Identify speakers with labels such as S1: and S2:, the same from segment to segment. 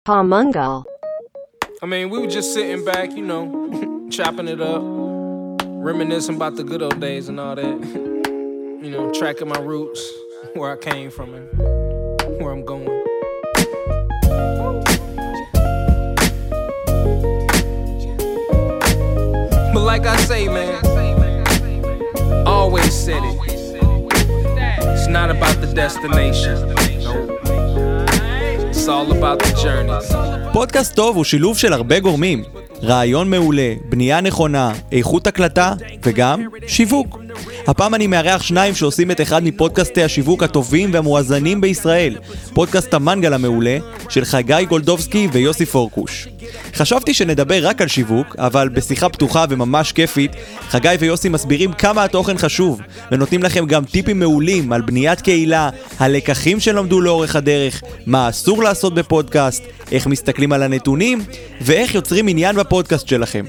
S1: Palmungal.
S2: I mean, we were just sitting back, you know, chopping it up, reminiscing about the good old days and all that. You know, tracking my roots, where I came from and where I'm going. But like I say, man, always said it. It's not about the destination. It's all about the journey.
S3: פודקאסט טוב הוא שילוב של הרבה גורמים. רעיון מעולה, בנייה נכונה, איכות הקלטה וגם שיווק. הפעם אני מארח שניים שעושים את אחד מפודקאסטי השיווק הטובים והמואזנים בישראל. פודקאסט המנגל המעולה של חגי גולדובסקי ויוסי פורקוש. חשבתי שנדבר רק על שיווק, אבל בשיחה פתוחה וממש כיפית, חגי ויוסי מסבירים כמה התוכן חשוב, ונותנים לכם גם טיפים מעולים על בניית קהילה, הלקחים שלמדו לאורך הדרך, מה אסור לעשות בפודקאסט, איך מסתכלים על הנתונים, ואיך יוצרים עניין בפודקאסט שלכם.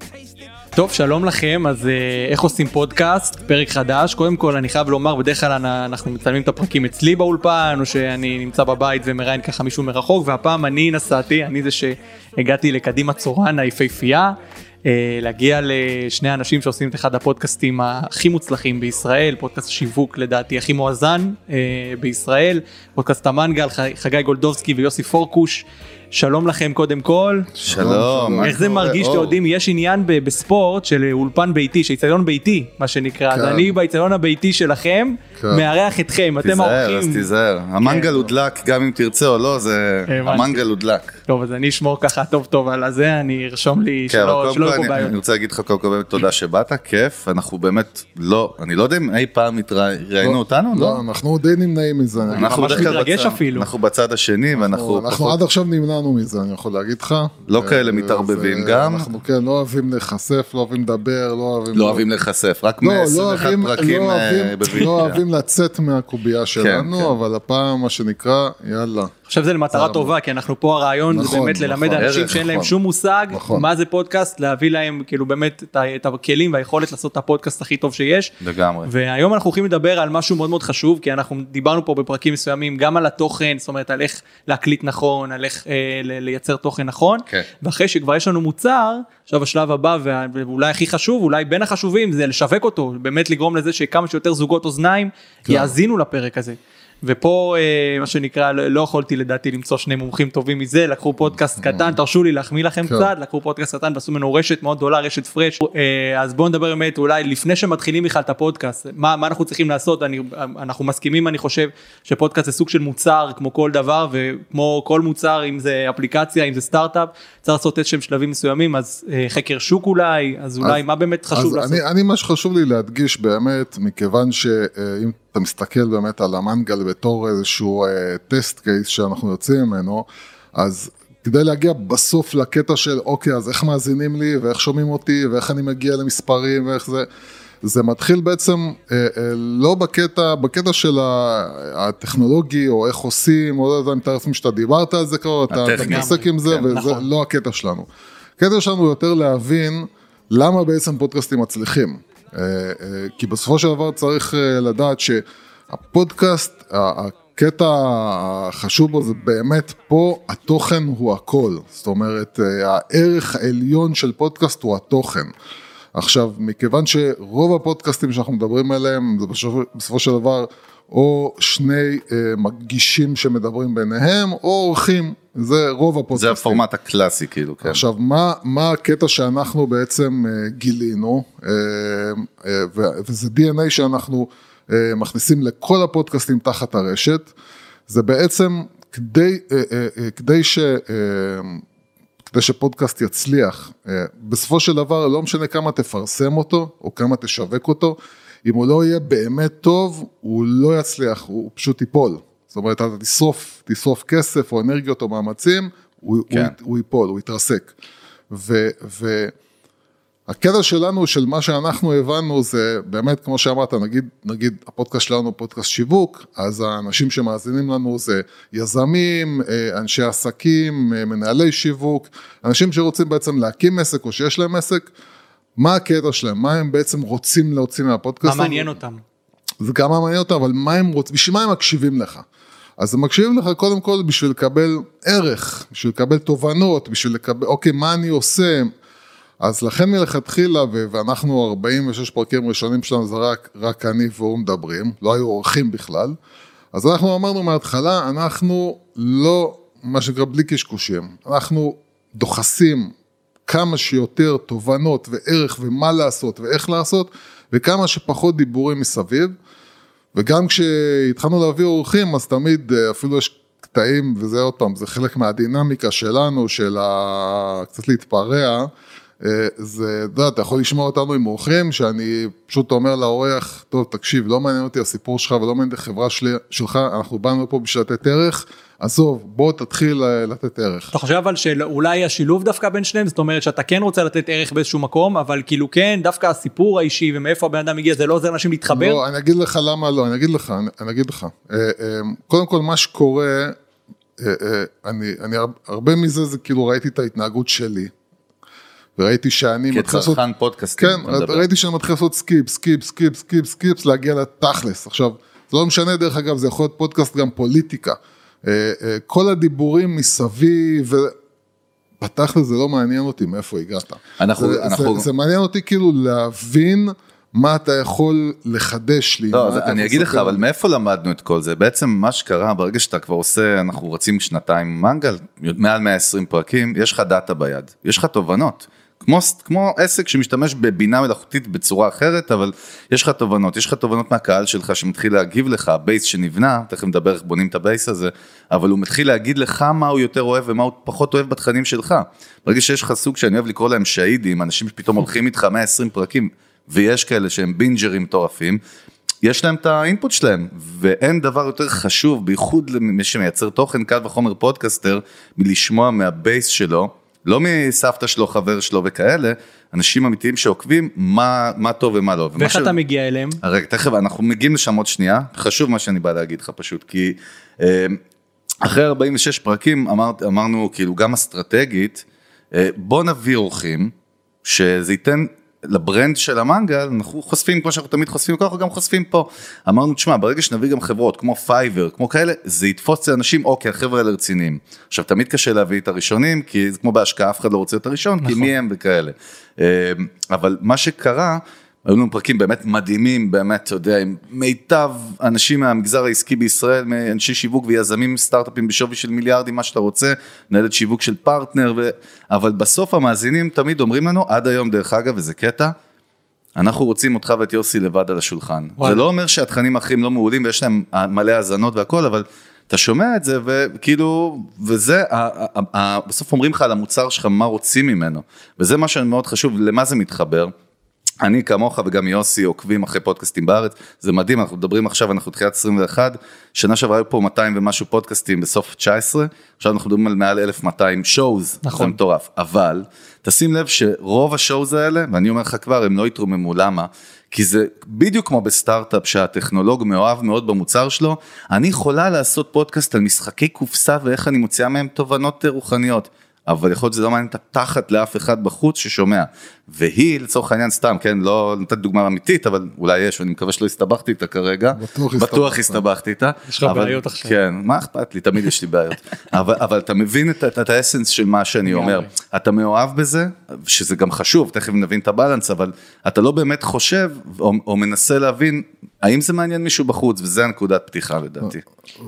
S3: טוב, שלום לכם. אז איך עושים פודקאסט? פרק חדש. קודם כל אני חייב לומר, בדרך כלל אנחנו מצלמים את הפרקים אצלי באולפן, או שאני נמצא בבית ומראיין ככה מישהו מרחוק, והפעם אני נסעתי, אני זה שהגעתי לקדימה צורן היפהפייה, להגיע לשני אנשים שעושים את אחד הפודקאסטים הכי מוצלחים בישראל, פודקאסט שיווק לדעתי הכי מואזן בישראל, פודקאסט המנגל, חגי גולדובסקי ויוסי פורקוש. שלום לכם קודם כל.
S4: שלום.
S3: איך זה מרגיש שיודעים, יש עניין בספורט של אולפן ביתי, שאיצטדיון ביתי, מה שנקרא. אז אני באיצטדיון הביתי שלכם, מארח אתכם, אתם האורחים.
S4: אז תיזהר. המנגל הודלק, גם אם תרצה או לא, המנגל הודלק.
S3: טוב, אז אני אשמור ככה טוב על הזה, אני ארשום לי שלא יבוא בעיות.
S4: אני רוצה להגיד לך קודם כל תודה שבאת, כיף. אנחנו באמת אני לא יודע אם אי פעם ראינו אותנו,
S5: לא? אנחנו די נמנעים מזה.
S3: אנחנו ממש מתרגש אפילו.
S4: אנחנו בצד השני,
S5: אנחנו עד עכשיו נמנענו מזה, אני יכול להגיד לך.
S4: לא כאלה מתערבבים גם.
S5: אנחנו כן, לא אוהבים להיחשף, לא אוהבים לדבר,
S4: לא אוהבים להיחשף, רק 121 פרקים בווידאו.
S5: לא אוהבים לצאת מהקובייה שלנו, אבל הפעם מה שנקרא, יאללה.
S3: עכשיו זה למטרה טובה, כי אנחנו פה הרעיון זה באמת ללמד אנשים שאין להם שום מושג מה זה פודקאסט, להביא להם כאילו באמת את הכלים והיכולת לעשות את הפודקאסט הכי טוב שיש.
S4: לגמרי.
S3: והיום אנחנו הולכים לדבר על משהו מאוד מאוד חשוב, כי אנחנו דיברנו פה בפרקים מסוימים גם על התוכן, זאת אומרת על איך להקליט נכון, על איך לייצר תוכן נכון, ואחרי שכבר יש לנו מוצר, עכשיו השלב הבא ואולי הכי חשוב, אולי בין החשובים, זה לשווק אותו, באמת לגרום לזה שכמה שיותר זוגות אוזניים יאזינו לפרק הזה. ופה מה שנקרא, לא יכולתי לדעתי למצוא שני מומחים טובים מזה, לקחו פודקאסט קטן, תרשו לי להחמיא לכם קצת, לקחו פודקאסט קטן ועשו ממנו רשת מאוד גדולה, רשת פרש. אז בואו נדבר באמת אולי לפני שמתחילים בכלל את הפודקאסט, מה אנחנו צריכים לעשות. אנחנו מסכימים, אני חושב שפודקאסט זה סוג של מוצר כמו כל דבר, וכמו כל מוצר, אם זה אפליקציה, אם זה סטארט-אפ, צריך לעשות איזשהם שלבים מסוימים, אז חקר שוק אולי, אז אולי מה באמת חשוב לעשות?
S5: אני מה שחשוב לי להדגיש באמת, מכיוון שאם אתה מסתכל באמת על המנגל בתור איזשהו טסט קייס שאנחנו יוצאים ממנו, אז כדי להגיע בסוף לקטע של אוקיי, אז איך מאזינים לי ואיך שומעים אותי ואיך אני מגיע למספרים ואיך זה מתחיל בעצם לא בקטע של הטכנולוגי או איך עושים, או לא יודע אם שאתה דיברת על זה כבר, אתה מתעסק עם זה וזה לא הקטע שלנו. הקטע שלנו יותר להבין למה בעצם פודקאסטים מצליחים. כי בסופו של דבר צריך לדעת שהפודקאסט, הקטע החשוב בו זה באמת פה, התוכן הוא הכל. זאת אומרת, הערך העליון של פודקאסט הוא התוכן. עכשיו, מכיוון שרוב הפודקאסטים שאנחנו מדברים עליהם, זה בסופו של דבר או שני מגישים שמדברים ביניהם, או אורחים. זה רוב הפודקאסטים.
S4: זה הפורמט הקלאסי כאילו. כן.
S5: עכשיו, מה הקטע שאנחנו בעצם גילינו, וזה DNA שאנחנו מכניסים לכל הפודקאסטים תחת הרשת, זה בעצם כדי שפודקאסט יצליח, בסופו של דבר לא משנה כמה תפרסם אותו, או כמה תשווק אותו, אם הוא לא יהיה באמת טוב, הוא לא יצליח, הוא פשוט ייפול. זאת אומרת, אתה תשרוף כסף או אנרגיות או מאמצים, הוא ייפול, הוא יתרסק. והקטע שלנו, של מה שאנחנו הבנו, זה באמת, כמו שאמרת, נגיד הפודקאסט שלנו, פודקאסט שיווק, אז האנשים שמאזינים לנו זה יזמים, אנשי עסקים, מנהלי שיווק, אנשים שרוצים בעצם להקים עסק או שיש להם עסק, מה הקטע שלהם? מה הם בעצם רוצים להוציא מהפודקאסט?
S3: מה מעניין אותם?
S5: זה גם מה מעניין אותם, אבל מה הם רוצים, בשביל מה הם מקשיבים לך? אז הם מקשיבים לך קודם כל בשביל לקבל ערך, בשביל לקבל תובנות, בשביל לקבל, אוקיי, מה אני עושה? אז לכן מלכתחילה, ואנחנו 46 פרקים ראשונים שלנו, זה רק אני והוא מדברים, לא היו אורחים בכלל, אז אנחנו אמרנו מההתחלה, אנחנו לא, מה שנקרא בלי קשקושים, אנחנו דוחסים כמה שיותר תובנות וערך ומה לעשות ואיך לעשות, וכמה שפחות דיבורים מסביב, וגם כשהתחלנו להביא אורחים, אז תמיד אפילו יש קטעים, וזה עוד פעם, זה חלק מהדינמיקה שלנו, של קצת להתפרע, זה, אתה יכול לשמוע אותנו עם אורחים, שאני פשוט אומר לאורח, טוב, תקשיב, לא מעניין אותי הסיפור שלך, ולא מעניין את החברה שלך, אנחנו באנו פה בשביל לתת ערך, עזוב, בוא תתחיל לתת ערך.
S3: אתה חושב אבל שאולי השילוב דווקא בין שניהם, זאת אומרת שאתה כן רוצה לתת ערך באיזשהו מקום, אבל כאילו כן, דווקא הסיפור האישי ומאיפה הבן אדם הגיע, זה לא עוזר לאנשים להתחבר? לא,
S5: אני אגיד לך למה לא, אני אגיד לך. קודם כל מה שקורה, אני הרבה מזה זה כאילו ראיתי את ההתנהגות שלי, וראיתי שאני מתחיל לעשות...
S4: כצרכן פודקאסטים.
S5: כן, ראיתי שאני מתחיל לעשות סקיפס, להגיע לתכלס. עכשיו, זה לא משנה דרך אגב, זה יכול להיות פודקאסט גם פוליטיקה. כל הדיבורים מסביב, בתכלס זה לא מעניין אותי מאיפה הגעת. זה מעניין אותי כאילו להבין מה אתה יכול לחדש לי.
S4: לא, אני אגיד לך, אבל מאיפה למדנו את כל זה? בעצם מה שקרה, ברגע שאתה כבר עושה, אנחנו רצים שנתיים מנגל, מעל 120 פרקים, יש לך דאטה ביד, יש לך תובנות. כמו עסק שמשתמש בבינה מלאכותית בצורה אחרת, אבל יש לך תובנות מהקהל שלך שמתחיל להגיב לך, הבייס שנבנה, תכף נדבר איך בונים את הבייס הזה, אבל הוא מתחיל להגיד לך מה הוא יותר אוהב ומה הוא פחות אוהב בתכנים שלך. ברגע שיש לך סוג שאני אוהב לקרוא להם שהידים, אנשים שפתאום הולכים איתך 120 פרקים, ויש כאלה שהם בינג'רים מטורפים, יש להם את האינפוט שלהם, ואין דבר יותר חשוב, בייחוד למי שמייצר תוכן, קל וחומר פודקאסטר, מלשמוע מהבייס שלו, לא מסבתא שלו, חבר שלו וכאלה, אנשים אמיתיים שעוקבים, מה טוב ומה לא.
S3: ואיך אתה מגיע אליהם?
S4: רגע, תכף, אנחנו מגיעים לשם עוד שנייה, חשוב מה שאני בא להגיד לך פשוט, כי אחרי 46 פרקים אמרנו, כאילו גם אסטרטגית, בוא נביא אורחים, שזה ייתן לברנד של המנגל, אנחנו חושפים, כמו שאנחנו תמיד חושפים, אנחנו גם חושפים פה. אמרנו, תשמע, ברגע שנביא גם חברות, כמו פייבר, כמו כאלה, זה יתפוץ לאנשים, אוקיי, החבר'ה האלה רציניים. עכשיו, תמיד קשה להביא את הראשונים, כי זה כמו בהשקעה, אף אחד לא רוצה את הראשון, נכון. כי מי הם וכאלה. אבל מה שקרה, היו לנו פרקים באמת מדהימים, באמת, אתה יודע, עם מיטב אנשים מהמגזר העסקי בישראל, מאנשי שיווק ויזמים סטארט-אפים בשווי של מיליארדים, מה שאתה רוצה, מנהלת שיווק של פרטנר, אבל בסוף המאזינים תמיד אומרים לנו, עד היום דרך אגב, וזה קטע, אנחנו רוצים אותך ואת יוסי לבד על השולחן. זה לא אומר שהתכנים האחרים לא מעולים, ויש להם מלא האזנות והכל, אבל אתה שומע את זה, וכאילו, וזה, בסוף אומרים לך על המוצר שלך, מה רוצים ממנו, וזה מה שמאוד חשוב, למה זה מתחבר. אני כמוך וגם יוסי עוקבים אחרי פודקאסטים בארץ, זה מדהים, אנחנו מדברים עכשיו, אנחנו תחילת 21, שנה שעברה היו פה 200 ומשהו פודקאסטים בסוף 19, עכשיו אנחנו מדברים על מעל 1200 שואוז, נכון. זה מטורף, אבל תשים לב שרוב השואוז האלה, ואני אומר לך כבר, הם לא יתרוממו, למה? כי זה בדיוק כמו בסטארט-אפ שהטכנולוג מאוהב מאוד במוצר שלו, אני יכולה לעשות פודקאסט על משחקי קופסה ואיך אני מוציאה מהם תובנות רוחניות, אבל יכול להיות שזה לא מעניין את התחת לאף אחד בחוץ ששומע, והיא לצורך העניין סתם, כן, לא נתת דוגמה אמיתית, אבל אולי יש, ואני מקווה שלא הסתבכתי איתה כרגע, בטוח הסתבכתי איתה.
S3: יש לך בעיות עכשיו.
S4: כן, מה אכפת לי, תמיד יש לי בעיות, אבל אתה מבין את האסנס של מה שאני אומר, אתה מאוהב בזה, שזה גם חשוב, תכף נבין את הבלנס, אבל אתה לא באמת חושב, או מנסה להבין, האם זה מעניין מישהו בחוץ, וזה הנקודת פתיחה לדעתי.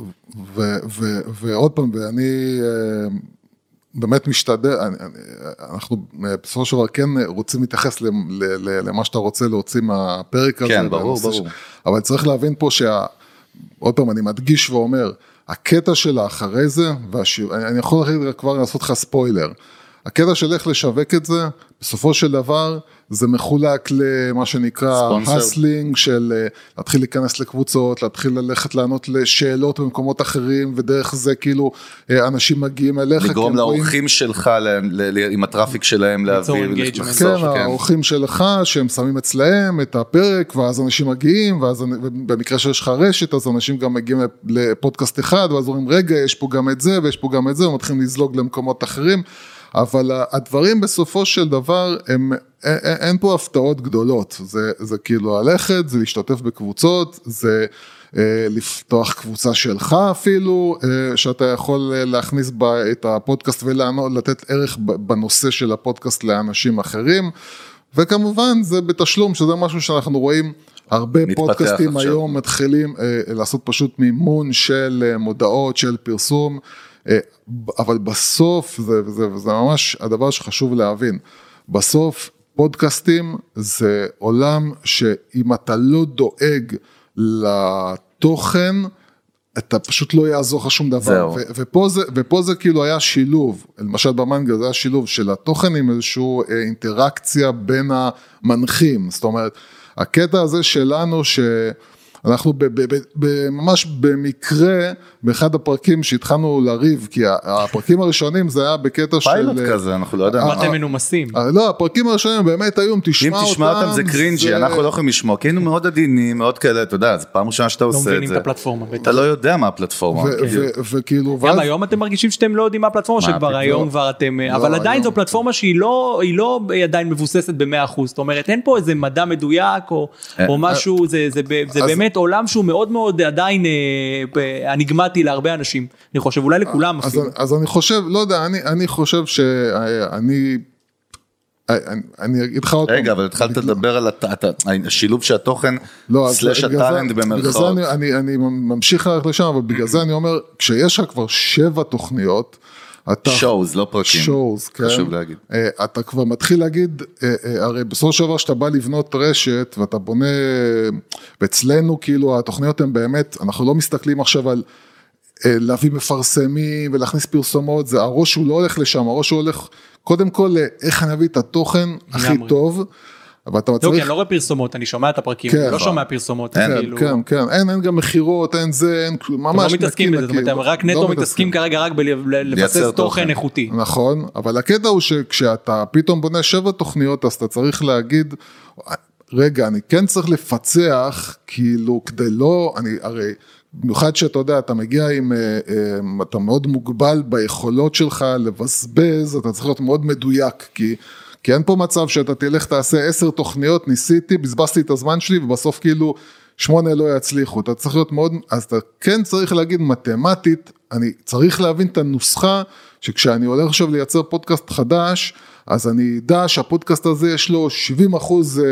S5: ועוד פעם, ואני באמת משתדל, אנחנו בסופו של דבר כן רוצים להתייחס למה שאתה רוצה להוציא מהפרק הזה.
S4: כן, ברור.
S5: אבל צריך להבין פה עוד פעם אני מדגיש ואומר, הקטע שלה אחרי זה, אני יכול כבר לעשות לך ספוילר, הקטע של איך לשווק את זה, בסופו של דבר, זה מחולק למה שנקרא הסלינג של להתחיל להיכנס לקבוצות, להתחיל ללכת לענות לשאלות במקומות אחרים, ודרך זה כאילו אנשים מגיעים אליך.
S4: לגרום לאורחים שלך, עם הטראפיק שלהם להעביר.
S5: כן, האורחים שלך שהם שמים אצלהם את הפרק, ואז אנשים מגיעים, ואז במקרה שיש לך רשת, אז אנשים גם מגיעים לפודקאסט אחד, ואז אומרים רגע, יש פה גם את זה, ויש פה גם את זה, ומתחילים לזלוג למקומות אחרים. אבל הדברים בסופו של דבר, אין פה הפתעות גדולות, זה כאילו ללכת, זה להשתתף בקבוצות, זה לפתוח קבוצה שלך אפילו, שאתה יכול להכניס בה את הפודקאסט ולתת ערך בנושא של הפודקאסט לאנשים אחרים, וכמובן זה בתשלום, שזה משהו שאנחנו רואים, הרבה פודקאסטים עכשיו. היום מתחילים לעשות פשוט מימון של מודעות, של פרסום, אבל בסוף, זה ממש הדבר שחשוב להבין, בסוף פודקאסטים זה עולם שאם אתה לא דואג לתוכן, אתה פשוט לא יעזור לך שום דבר, ופה זה כאילו היה שילוב, למשל במנגל זה היה שילוב של התוכן עם איזושהי אינטראקציה בין המנחים, זאת אומרת, הקטע הזה שלנו שאנחנו ממש במקרה, באחד הפרקים שהתחלנו לריב, כי הפרקים הראשונים זה היה בקטע של...
S4: פיילוט כזה, אנחנו לא יודעים.
S3: מה אתם מנומסים?
S5: לא, הפרקים הראשונים באמת היו, אם תשמע
S4: אותם זה קרינג'י, אנחנו לא יכולים לשמוע, כי היינו מאוד עדינים, מאוד כאלה, אתה יודע, זה פעם ראשונה שאתה עושה את זה. לא
S3: מבינים את הפלטפורמה.
S4: אתה לא יודע מה הפלטפורמה.
S5: וכאילו...
S3: גם היום אתם מרגישים שאתם לא יודעים מה הפלטפורמה, שכבר היום כבר אתם... אבל עדיין זו פלטפורמה שהיא לא עדיין מבוססת ב100%, זאת אומרת, אין פה איזה מדע מדויק או משהו, זה באמת עולם שהוא מאוד מאוד עדיין אניגמטי להרבה אנשים, אני חושב, אולי לכולם אפילו.
S5: אז אני חושב, לא יודע, אני חושב שאני אגיד לך עוד...
S4: רגע, אבל התחלת לדבר על השילוב של התוכן, סלש הטלנט במרכאות.
S5: בגלל זה אני ממשיך ללכת לשם, אבל בגלל זה אני אומר, כשיש לך כבר 7 תוכניות,
S4: שואוז, לא פרקים.
S5: שואוז, כן.
S4: חשוב להגיד.
S5: אתה כבר מתחיל להגיד, הרי בסופו של דבר שאתה בא לבנות רשת, ואתה בונה, ואצלנו כאילו התוכניות הן באמת, אנחנו לא מסתכלים עכשיו על להביא מפרסמים ולהכניס פרסומות, זה הראש הוא לא הולך לשם, הראש הוא הולך קודם כל איך אני אביא את התוכן הכי טוב,
S3: לא, כי אני לא רואה פרסומות, אני שומע את הפרקים, אני לא שומע פרסומות.
S5: כן, אין גם מחירות, אין זה, אין ממש...
S3: לא מתעסקים בזה, זאת אומרת, רק נטו מתעסקים כרגע רק לבסס תוכן איכותי.
S5: נכון, אבל הקטע הוא שכשאתה פתאום בונה 7 תוכניות, אז אתה צריך להגיד, רגע, אני כן צריך לפצח, כאילו, כדי לא, הרי... במיוחד שאתה יודע, אתה מגיע עם, אתה מאוד מוגבל ביכולות שלך לבזבז, אתה צריך להיות מאוד מדויק, כי אין פה מצב שאתה תלך, תעשה 10 תוכניות, ניסיתי, בזבזתי את הזמן שלי, ובסוף כאילו 8 לא יצליחו, אתה צריך להיות מאוד, אז אתה כן צריך להגיד מתמטית, אני צריך להבין את הנוסחה, שכשאני הולך עכשיו לייצר פודקאסט חדש, אז אני יודע שהפודקאסט הזה יש לו 70%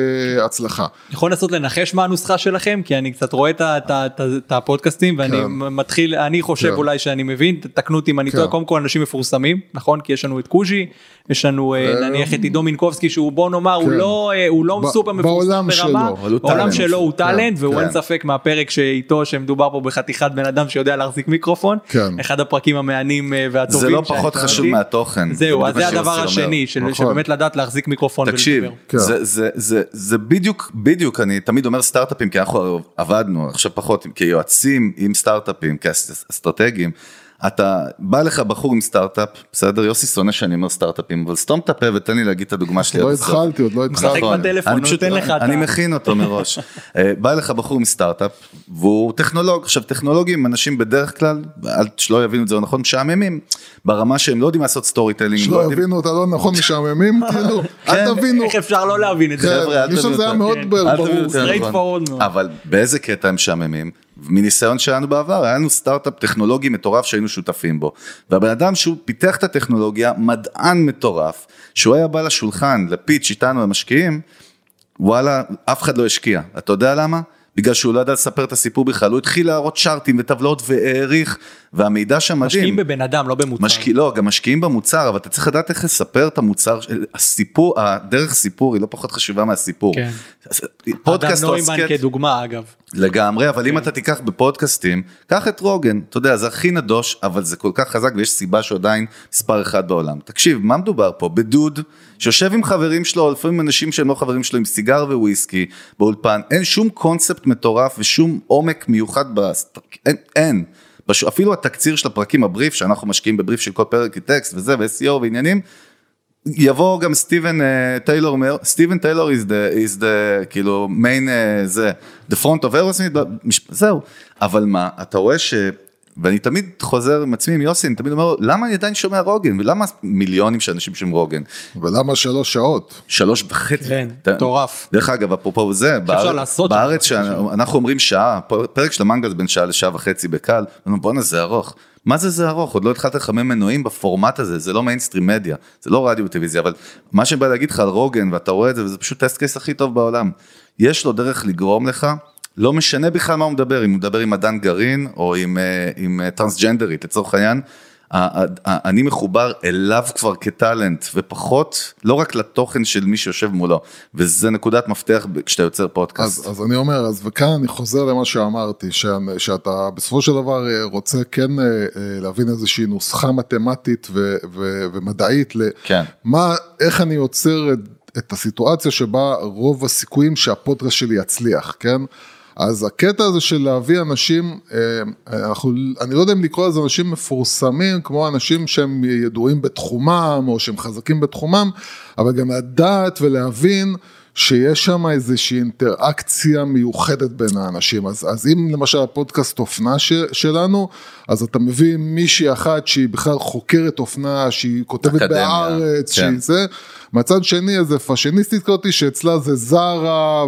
S5: הצלחה.
S3: יכול לנסות לנחש מה הנוסחה שלכם, כי אני קצת רואה את הפודקאסטים, ואני מתחיל, אני חושב אולי שאני מבין, תקנו אותי אם אני טועה, קודם כל אנשים מפורסמים, נכון? כי יש לנו את קוז'י, יש לנו נניח את עידו מינקובסקי, שהוא בוא נאמר, הוא לא סופר מפורסם ברמה, בעולם שלו הוא טלנט, והוא אין ספק מהפרק שאיתו, שמדובר פה בחתיכת בן אדם שיודע להחזיק מיקרופון, אחד הפרקים המעניינים והטובים.
S4: זה לא פחות חשוב מהתוכן.
S3: זהו, אז זה הדבר השני, שבאמת לדעת להחזיק מיקרופון ולדבר.
S4: תקשיב, זה בדיוק, אני תמיד אומר סטארט-אפים, כי אנחנו עבדנו, עכשיו פחות, כיועצים עם סטארט-אפים, כאסטרטגיים, אתה בא לך בחור עם סטארט-אפ, בסדר, יוסי שונא שאני אומר סטארט-אפים, אבל סתום את הפה ותן לי להגיד את הדוגמה שלי.
S5: עוד לא התחלתי.
S3: משחק בטלפון, נותן לך.
S4: אני מכין אותו מראש. בא לך בחור עם סטארט-אפ, והוא טכנולוג. עכשיו, טכנולוגים, אנשים בדרך כלל, שלא יבינו את זה נכון, משעממים, ברמה שהם לא יודעים לעשות סטורי טיילינג.
S5: שלא יבינו אותה לא נכון, משעממים, כאילו, אל תבינו.
S3: איך אפשר לא להבין את זה?
S5: אני חושב שזה היה מאוד
S3: ברור.
S4: אבל באיזה קטע הם משעממים? מניסיון שלנו בעבר, היה לנו סטארט-אפ טכנולוגי מטורף שהיינו שותפים בו, והבן אדם שהוא פיתח את הטכנולוגיה, מדען מטורף, שהוא היה בא לשולחן, לפיץ' איתנו המשקיעים, וואלה, אף אחד לא השקיע. אתה יודע למה? בגלל שהוא לא ידע לספר את הסיפור בכלל, הוא התחיל להראות שרטים וטבלאות והעריך, והמידע שם מדהים.
S3: משקיעים בבן אדם, לא במוצר.
S4: לא, גם משקיעים במוצר, אבל אתה צריך לדעת איך לספר את המוצר, הסיפור, הדרך סיפור היא לא פחות חשובה מהסיפור.
S3: כן. פודקאסט נוימן כדוגמה, אגב.
S4: לגמרי, אבל אם אתה תיקח בפודקאסטים, קח את רוגן, אתה יודע, זה הכי נדוש, אבל זה כל כך חזק, ויש סיבה שהוא עדיין מספר 1 בעולם. תקשיב, מה מדובר פה? בדוד, שיושב עם חברים שלו, לפעמים אנשים שהם לא חברים שלו, עם סיגר וויסקי, באולפן, אין שום קונספט מטורף, ושום עומק מיוחד, אין. אפילו התקציר של הפרקים, הבריף, שאנחנו משקיעים בבריף של כל פרק טקסט וזה, ו-SEO ועניינים, יבוא גם סטיבן טיילור, סטיבן טיילור is the, כאילו, main, זה, the front of Aerosmith, זהו. אבל מה, אתה רואה ואני תמיד חוזר עם עצמי, עם יוסי, אני תמיד אומר, למה אני עדיין שומע רוגן, ולמה מיליונים של אנשים שומעים רוגן?
S5: ולמה 3 שעות?
S4: 3.5.
S3: כן, מטורף.
S4: דרך אגב, אפרופו זה, בארץ שאנחנו אומרים שעה, פרק של המנגל בין שעה לשעה וחצי בקל, בוא'נה זה ארוך. מה זה ארוך? עוד לא התחלת לחמם מנועים בפורמט הזה, זה לא מיינסטרים מדיה, זה לא רדיו וטלוויזיה, אבל מה שבא להגיד לך על רוגן, ואתה רואה את זה, וזה פשוט טסט קייס הכי טוב בעולם. יש לו דרך לגרום לך, לא משנה בכלל מה הוא מדבר, אם הוא מדבר עם מדען גרעין, או עם טרנסג'נדרית, לצורך העניין, אני מחובר אליו כבר כטלנט, ופחות, לא רק לתוכן של מי שיושב מולו, וזה נקודת מפתח כשאתה יוצר פודקאסט.
S5: אז אני אומר, וכאן אני חוזר למה שאמרתי, שאתה בסופו של דבר רוצה כן להבין איזושהי נוסחה מתמטית ומדעית, איך אני יוצר את הסיטואציה שבה רוב הסיכויים שהפודקאסט שלי יצליח, כן? אז הקטע הזה של להביא אנשים, אני לא יודע אם לקרוא לזה אנשים מפורסמים, כמו אנשים שהם ידועים בתחומם, או שהם חזקים בתחומם, אבל גם לדעת ולהבין שיש שם איזושהי אינטראקציה מיוחדת בין האנשים. אז אם למשל הפודקאסט אופנה שלנו, אז אתה מביא מישהי אחת שהיא בכלל חוקרת אופנה, שהיא כותבת בארץ, שהיא זה, מצד שני איזה פאשיניסטית כזאת שאצלה זה זרה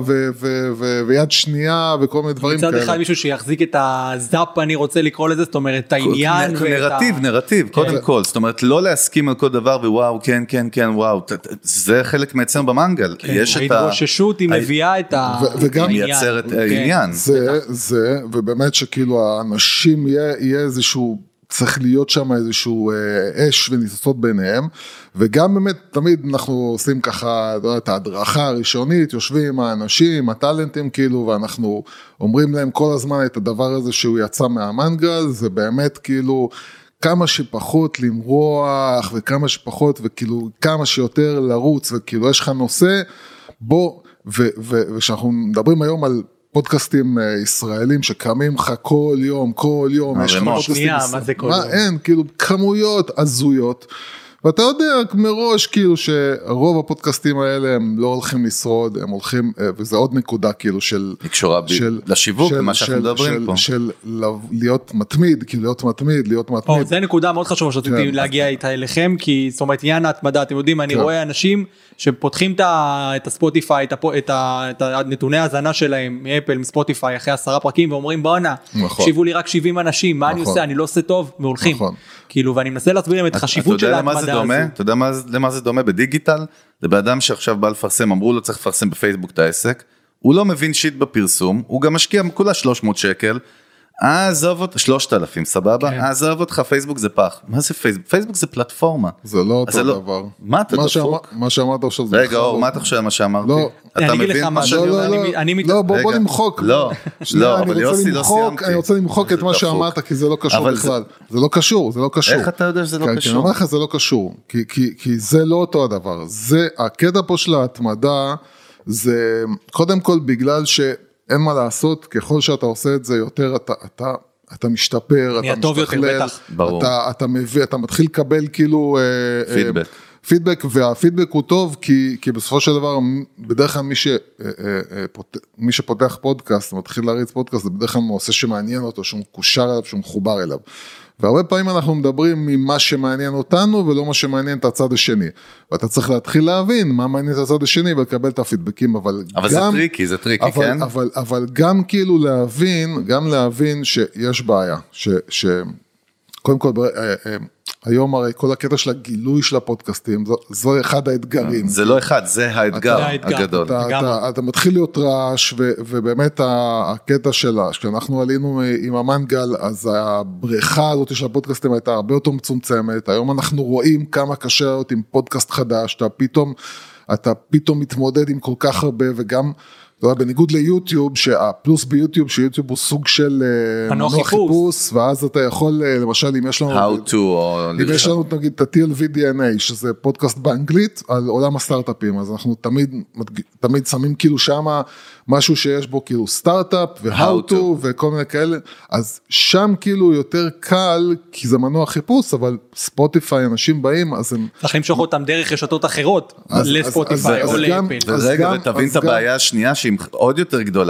S5: ויד שנייה וכל מיני דברים כאלה.
S3: מצד אחד מישהו שיחזיק את הזאפ, אני רוצה לקרוא לזה, זאת אומרת, את העניין.
S4: נרטיב, קודם כל, זאת אומרת, לא להסכים על כל דבר ווואו, כן, וואו, זה חלק מעצם במנגל.
S3: ההתגוששות היא מביאה את העניין.
S4: היא מייצרת העניין.
S5: זה, ובאמת שכאילו האנשים יהיה איזשהו, צריך להיות שם איזשהו אש וניסות ביניהם, וגם באמת תמיד אנחנו עושים ככה, את ההדרכה הראשונית, יושבים עם האנשים, הטלנטים כאילו, ואנחנו אומרים להם כל הזמן את הדבר הזה שהוא יצא מהמנגל, זה באמת כאילו כמה שפחות למרוח, וכמה שפחות, וכאילו כמה שיותר לרוץ, וכאילו יש לך נושא, בוא, ושאנחנו מדברים היום על פודקאסטים ישראלים שקמים לך כל יום, יש לך פודקאסטים אין, כאילו כמויות הזויות, ואתה יודע מראש כאילו שרוב הפודקאסטים האלה הם לא הולכים לשרוד, הם הולכים, וזה עוד נקודה כאילו של
S4: לשיווק, מה שאנחנו מדברים פה.
S5: של להיות מתמיד, כאילו להיות מתמיד.
S3: זה נקודה מאוד חשובה שרציתי להגיע איתה אליכם, כי זאת אומרת, עניין ההתמדה, אתם יודעים, אני רואה אנשים שפותחים את הספוטיפיי, את הנתוני ההזנה שלהם, מאפל, מספוטיפיי, אחרי 10 פרקים, ואומרים, בואנה, שיבו לי רק 70 אנשים, מה אני עושה? אני לא עושה טוב, והולכים. כאילו, ואני מנסה להסביר להם את החשיבות של ההתמדה הזו.
S4: אתה יודע למה זה דומה בדיגיטל? זה באדם שעכשיו בא לפרסם, אמרו לו צריך לפרסם בפייסבוק את העסק, הוא לא מבין שיט בפרסום, הוא גם משקיע כולה 300 שקל, עזוב אותך, 3,000, סבבה? עזוב אותך, פייסבוק זה פח. מה זה פייסבוק? פייסבוק זה פלטפורמה.
S5: זה לא אותו דבר.
S4: מה אתה דפוק?
S5: מה שאמרת עכשיו זה...
S4: רגע, אור, מה אתה חושב מה שאמרתי?
S3: אני אגיד לך מה שאני...
S5: לא, בוא נמחוק.
S4: לא, אבל יוסי לא סיימתי.
S5: אני רוצה למחוק את מה שאמרת, כי זה לא קשור בכלל. זה לא קשור.
S4: איך אתה יודע שזה לא קשור?
S5: כי אני אומר לך, זה לא קשור. כי זה לא אותו הדבר. הקטע פה של ההתמדה, זה קודם כל בגלל ש... אין מה לעשות, ככל שאתה עושה את זה יותר, אתה משתפר, אתה משתכלל, אתה מתחיל לקבל כאילו פידבק, והפידבק הוא טוב, כי בסופו של דבר, בדרך כלל מי שפותח פודקאסט, מתחיל להריץ פודקאסט, זה בדרך כלל עושה שמעניין אותו, שהוא מקושר אליו, שהוא מחובר אליו. והרבה פעמים אנחנו מדברים ממה שמעניין אותנו, ולא מה שמעניין את הצד השני. ואתה צריך להתחיל להבין מה מעניין את הצד השני, ולקבל את הפידבקים, אבל
S4: זה טריקי, כן?
S5: אבל גם כאילו להבין שיש בעיה, קודם כל, היום הרי כל הקטע של הגילוי של הפודקאסטים, זו אחד האתגרים.
S4: זה לא אחד, זה האתגר הגדול.
S5: אתה מתחיל להיות רעש, ובאמת הקטע שלה, כשאנחנו עלינו עם המנגל, אז הבריכה הזאת של הפודקאסטים הייתה הרבה יותר מצומצמת, היום אנחנו רואים כמה קשה להיות עם פודקאסט חדש, אתה פתאום מתמודד עם כל כך הרבה, וגם... בניגוד ליוטיוב, שהפלוס ביוטיוב, שיוטיוב הוא סוג של מנוע חיפוש, ואז אתה יכול, למשל, אם יש לנו, נגיד, את ה-TLV-DNA, שזה פודקאסט באנגלית, על עולם הסטארט-אפים, אז אנחנו תמיד שמים כאילו שמה, משהו שיש בו כאילו סטארט-אפ, ו-how to, וכל מיני כאלה, אז שם כאילו יותר קל, כי זה מנוע חיפוש, אבל ספוטיפיי, אנשים באים, אז הם...
S3: צריך למשוך אותם דרך רשתות אחרות, לספוטיפיי או לאפל.
S4: ורגע, ותבין את הבעיה השנייה, שהיא עוד יותר גדולה,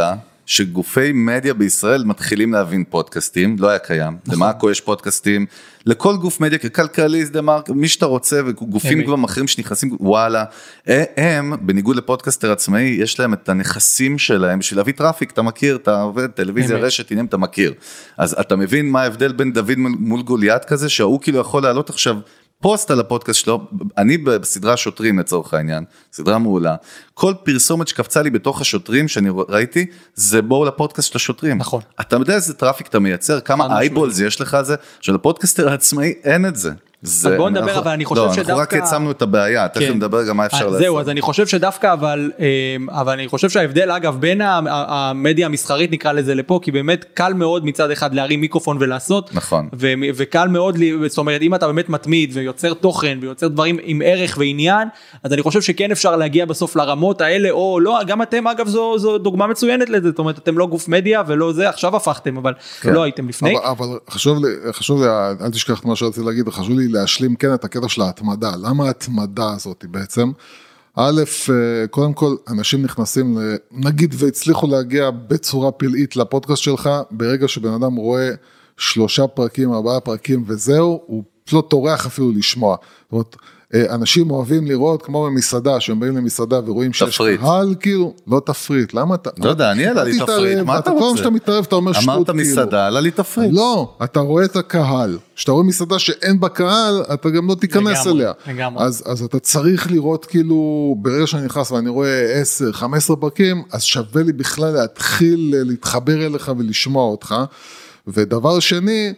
S4: שגופי מדיה בישראל מתחילים להבין פודקאסטים, לא היה קיים, למאקו יש פודקאסטים, לכל גוף מדיה, ככלכליסט, דמרק, מי שאתה רוצה, וגופים כבר אחרים שנכנסים, וואלה, הם, בניגוד לפודקאסטר עצמאי, יש להם את הנכסים שלהם, בשביל להביא טראפיק, אתה מכיר, אתה עובד, טלוויזיה, רשת, הנה אתה מכיר. אז אתה מבין מה ההבדל בין דוד מול גוליית כזה, שהוא כאילו יכול לעלות עכשיו, פוסט על הפודקאסט שלו, אני בסדרה שוטרים לצורך העניין, סדרה מעולה, כל פרסומת שקפצה לי בתוך השוטרים שאני ראיתי, זה בואו לפודקאסט של השוטרים. נכון. אתה יודע איזה טראפיק אתה מייצר, כמה אייבולס יש לך זה, שלפודקאסטר העצמאי אין את זה.
S3: אז בואו נדבר, אבל אני חושב שדווקא...
S4: אנחנו רק יצמנו את הבעיה, תכף נדבר גם מה אפשר לעשות.
S3: זהו, אז אני חושב שדווקא, אבל אני חושב שההבדל, אגב, בין המדיה המסחרית, נקרא לזה לפה, כי באמת קל מאוד מצד אחד להרים מיקרופון ולעשות.
S4: נכון.
S3: וקל מאוד, זאת אומרת, אם אתה באמת מתמיד ויוצר תוכן ויוצר דברים עם ערך ועניין, אז אני חושב שכן אפשר להגיע בסוף לרמות האלה, או לא, גם אתם, אגב, זו דוגמה מצוינת לזה, זאת אומרת, אתם לא גוף מדיה ולא זה, עכשיו הפכתם, אבל לא הייתם לפני.
S5: אבל חשוב לי, אל תשכח מה שרציתי להגיד, חשוב לי להשלים כן את הקטע של ההתמדה. למה ההתמדה הזאת בעצם? א', קודם כל, אנשים נכנסים, נגיד, והצליחו להגיע בצורה פלאית לפודקאסט שלך, ברגע שבן אדם רואה 3 פרקים, 4 פרקים וזהו, הוא לא טורח אפילו לשמוע. זאת אומרת, אנשים אוהבים לראות, כמו במסעדה, שהם באים למסעדה ורואים שיש קהל, כאילו, לא תפריט, למה אתה...
S4: לא יודע, אני עלה לי תפריט, מה אתה רוצה?
S5: כל שאתה מתערב, אתה אומר שטות,
S4: אמרת מסעדה, עלה לי תפריט.
S5: לא, אתה רואה את הקהל, כשאתה רואה מסעדה שאין בה קהל, אתה גם לא תיכנס אליה. אז אתה צריך לראות, כאילו, ברגע שאני נכנס ואני רואה 10, 15 פרקים, אז שווה לי בכלל להתחיל להתחבר אליך ולשמוע אותך. ודבר שני,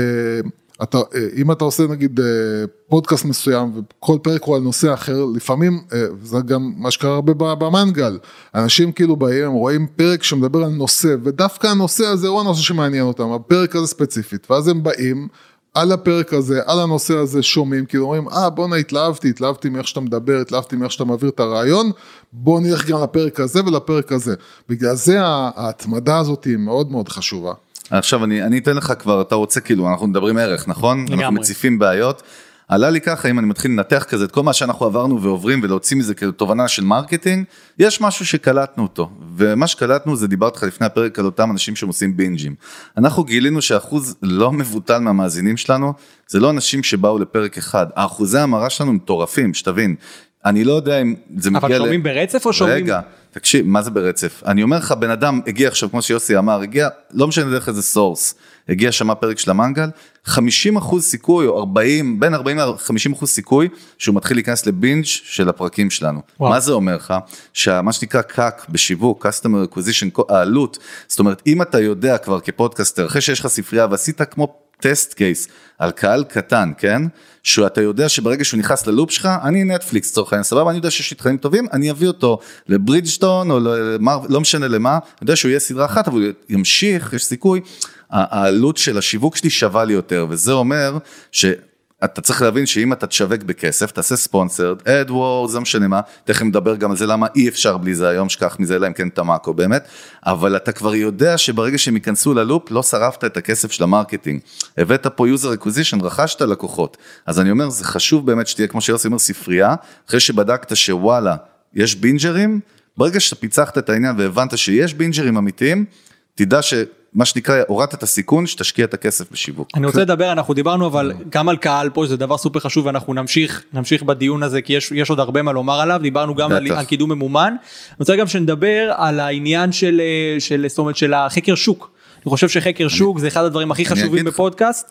S5: אם אתה עושה נגיד פודקאסט מסוים וכל פרק הוא על נושא אחר, לפעמים זה גם מה שקרה הרבה במנגל, אנשים כאילו באים, הם רואים פרק שמדבר על נושא, ודווקא הנושא הזה הוא הנושא שמעניין אותם, הפרק הזה ספציפית, ואז הם באים על הפרק הזה, על הנושא הזה שומעים, כאילו אומרים, בוא התלהבתי מאיך שאתה מדבר, התלהבתי מאיך שאתה מעביר את הרעיון, בוא נלך גם לפרק הזה ולפרק הזה, בגלל זה ההתמדה הזאת היא מאוד מאוד חשובה.
S4: עכשיו אני אתן לך כבר, אתה רוצה כאילו, אנחנו מדברים ערך, נכון? אנחנו מציפים בעיות. עלה לי ככה, אם אני מתחיל לנתח כזה, את כל מה שאנחנו עברנו ועוברים ולהוציא מזה כתובנה של מרקטינג, יש משהו שקלטנו אותו, ומה שקלטנו זה דיברת לך לפני הפרק על אותם אנשים שעושים בינג'ים. אנחנו גילינו שאחוז לא מבוטל מהמאזינים שלנו, זה לא אנשים שבאו לפרק אחד, האחוזי המרה שלנו מטורפים, שתבין, אני לא יודע אם זה מגיע...
S3: אבל שומעים ברצף או שומעים...
S4: רגע, תקשיב, מה זה ברצף? אני אומר לך, בן אדם הגיע עכשיו, כמו שיוסי אמר, הגיע, לא משנה דרך איזה סורס, הגיע שמה פרק של המנגל, 50% סיכוי, או 40, בין 40 ל-50% סיכוי, שהוא מתחיל להיכנס לבינג' של הפרקים שלנו. וואו. מה זה אומר לך? שמה שנקרא קאק בשיווק, Customer Acquisition, העלות, זאת אומרת, אם אתה יודע כבר כפודקאסטר, אחרי שיש לך ספרייה, ועשית כמו טסט קייס, על קהל קטן, כן? שאתה יודע שברגע שהוא נכנס ללופ שלך, אני נטפליקס צורך העניין, סבבה, אני יודע שיש תכנים טובים, אני אביא אותו לברידג'טון, או לא משנה למה, אני יודע שהוא יהיה סדרה אחת, אבל הוא ימשיך, יש סיכוי, העלות של השיווק שלי שווה לי יותר, וזה אומר שאתה צריך להבין שאם אתה תשווק בכסף, תעשה ספונסרד, AdWords, זה משנה מה, תכף מדבר גם על זה, למה אי אפשר בלי זה היום, שכח מזה, אלא אם כן תמקו באמת, אבל אתה כבר יודע שברגע שהם ייכנסו ללופ, לא שרפת את הכסף של המרקטינג, הבאת פה user acquisition, רכשת לקוחות, אז אני אומר, זה חשוב באמת שתהיה, כמו שיוסי אומר, ספרייה, אחרי שבדקת שוואלה, יש בינג'רים, ברגע שאתה פיצחת את העניין והבנת שיש בינג'רים אמיתיים, תדע מה שנקרא, הורדת את הסיכון, שתשקיע את הכסף בשיווק.
S3: אני רוצה לדבר, אנחנו דיברנו אבל גם על קהל פה, זה דבר סופר חשוב, ואנחנו נמשיך בדיון הזה, כי יש עוד הרבה מה לומר עליו, דיברנו גם על קידום ממומן, אני רוצה גם שנדבר על העניין זאת אומרת, של החקר שוק, אני חושב שחקר שוק זה אחד הדברים הכי חשובים בפודקאסט,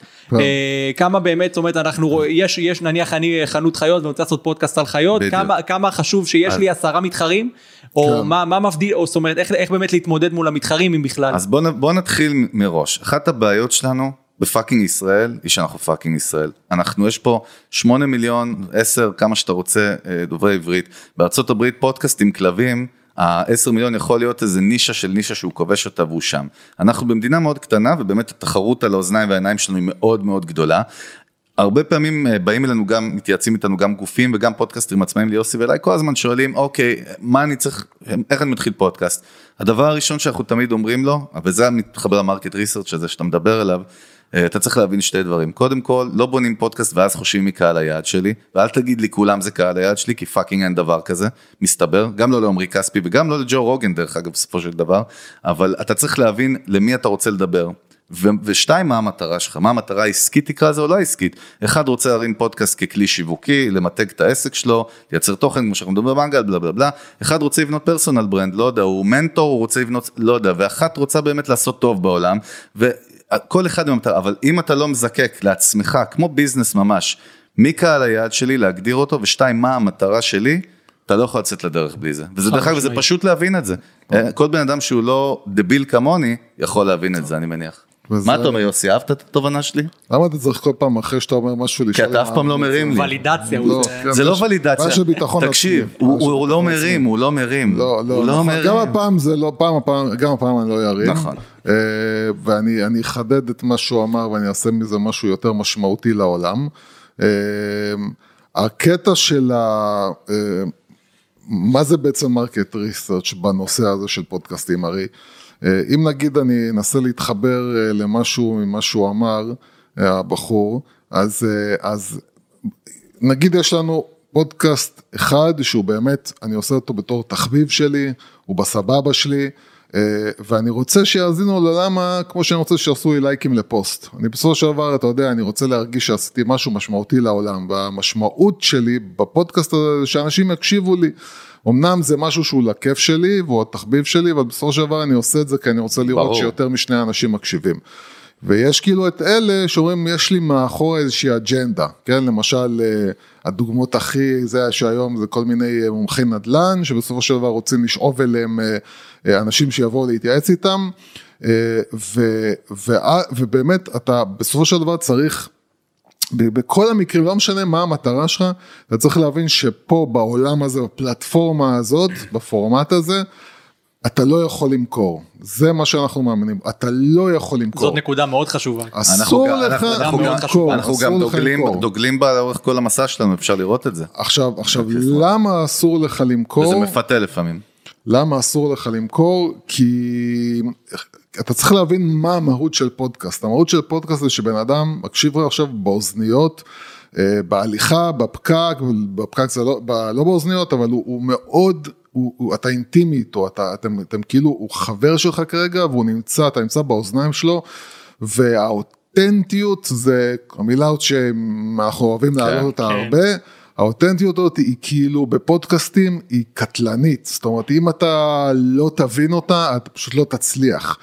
S3: כמה באמת, זאת אומרת, יש נניח אני חנות חיות, ואני רוצה לעשות פודקאסט על חיות, כמה חשוב שיש לי 10 מתחרים, או מה מבדיל, או זאת אומרת, איך באמת להתמודד מול המתחרים אם בכלל.
S4: אז בוא נתחיל מראש, אחת הבעיות שלנו, בפאקינג ישראל, היא שאנחנו פאקינג ישראל. יש פה 8 מיליון, 10, כמה שאתה רוצה, דוברי עברית, בארצות הברית פודקאסט עם כלבים, ה-10 מיליון יכול להיות איזה נישה של נישה שהוא כובש אותה והוא שם. אנחנו במדינה מאוד קטנה, ובאמת התחרות על האוזניים והעיניים שלנו היא מאוד מאוד גדולה. הרבה פעמים באים אלינו גם, מתייעצים איתנו גם גופים וגם פודקאסטרים עצמאים ליוסי ואליי, כל הזמן שואלים, אוקיי, מה אני צריך, איך אני מתחיל פודקאסט? הדבר הראשון שאנחנו תמיד אומרים לו, וזה מתחבר למרקט ריסרצ' הזה שאתה מדבר עליו, אתה צריך להבין שתי דברים. קודם כל, לא בונים פודקאסט ואז חושבים מקהל היעד שלי, ואל תגיד לי כולם זה קהל היעד שלי, כי פאקינג אין דבר כזה, מסתבר, גם לא לעומרי כספי וגם לא לג'ו רוגן דרך אגב בסופו של דבר, אבל אתה צריך להבין למי אתה רוצה לדבר. ושתיים, מה המטרה שלך? מה המטרה העסקית תקרא זה או לא עסקית? אחד רוצה להרים פודקאסט ככלי שיווקי, למתג את העסק שלו, לייצר תוכן כמו שאנחנו מדברים במנגל, בלה בלה בלה. אחד רוצה לבנות פרסונל ברנד, לא יודע, הוא מנטור, הוא רוצה לבנות, לא יודע, ואחת רוצה באמת לעשות טוב בעולם, וכל אחד במטרה, אבל אם אתה לא מזקק לעצמך, כמו ביזנס ממש, מי קהל היעד שלי להגדיר אותו, ושתיים, מה המטרה שלי, אתה לא יכול לצאת לדרך בלי זה. וזה דרך אגב, זה פשוט להבין את זה. כל בן אדם שהוא לא דביל כמוני, יכול להבין את זה, אני מניח. מה אתה אומר, יוסי, אהבת את התובנה שלי?
S5: למה אתה צריך כל פעם אחרי שאתה אומר משהו
S4: כי אתה אף פעם לא מרים לי.
S1: ולידציה.
S4: זה לא ולידציה. תקשיב, הוא לא מרים, הוא לא מרים.
S5: גם הפעם זה לא, גם הפעם אני לא ירים.
S4: נכון.
S5: ואני אחדד את מה שהוא אמר, ואני אעשה מזה משהו יותר משמעותי לעולם. הקטע של מה זה בעצם מרקט ריסרצ' בנושא הזה של פודקאסטים, הרי אם נגיד אני אנסה להתחבר למשהו ממה שהוא אמר, הבחור, אז נגיד יש לנו פודקאסט אחד שהוא באמת, אני עושה אותו בתור תחביב שלי, הוא בסבבה שלי, ואני רוצה שיאזינו ללמה, כמו שאני רוצה שיעשו לי לייקים לפוסט. אני בסופו של דבר, אתה יודע, אני רוצה להרגיש שעשיתי משהו משמעותי לעולם, והמשמעות שלי בפודקאסט הזה, שאנשים יקשיבו לי, אמנם זה משהו שהוא לכיף שלי, והוא התחביב שלי, אבל בסופו של דבר אני עושה את זה, כי אני רוצה לראות שיותר משני אנשים מקשיבים. ויש כאילו את אלה שאומרים, יש לי מאחור איזושהי אג'נדה, כן? למשל, הדוגמות הכי, זה שהיום זה כל מיני מומחי נדל"ן, שבסופו של דבר רוצים לשאוב אליהם אנשים שיבואו להתייעץ איתם, ובאמת, אתה בסופו של דבר צריך, בכל המקרים, לא משנה מה המטרה שלך, אתה צריך להבין שפה בעולם הזה, בפלטפורמה הזאת, בפורמט הזה, אתה לא יכול למכור. זה מה שאנחנו מאמינים. אתה לא יכול למכור.
S1: זאת נקודה מאוד חשובה.
S5: אסור לך למכור.
S4: אנחנו גם דוגלים בה לאורך כל המסע שלנו, אפשר לראות את זה.
S5: עכשיו, למה אסור לך למכור?
S4: וזה מפתה לפעמים.
S5: למה אסור לך למכור? כי אתה צריך להבין מה המהות של פודקאסט. המהות של פודקאסט זה שבן אדם מקשיב עכשיו באוזניות, בהליכה, בפקק זה לא באוזניות, אבל הוא מאוד, אתה אינטימי איתו, אתם כאילו, הוא חבר שלך כרגע, אתה נמצא באוזניים שלו, והאותנטיות זה המילה שאנחנו אוהבים להעלות אותה הרבה, האותנטיות הזאת היא כאילו בפודקאסטים היא קטלנית, זאת אומרת אם אתה לא תבין אותה, אתה פשוט לא תצליח,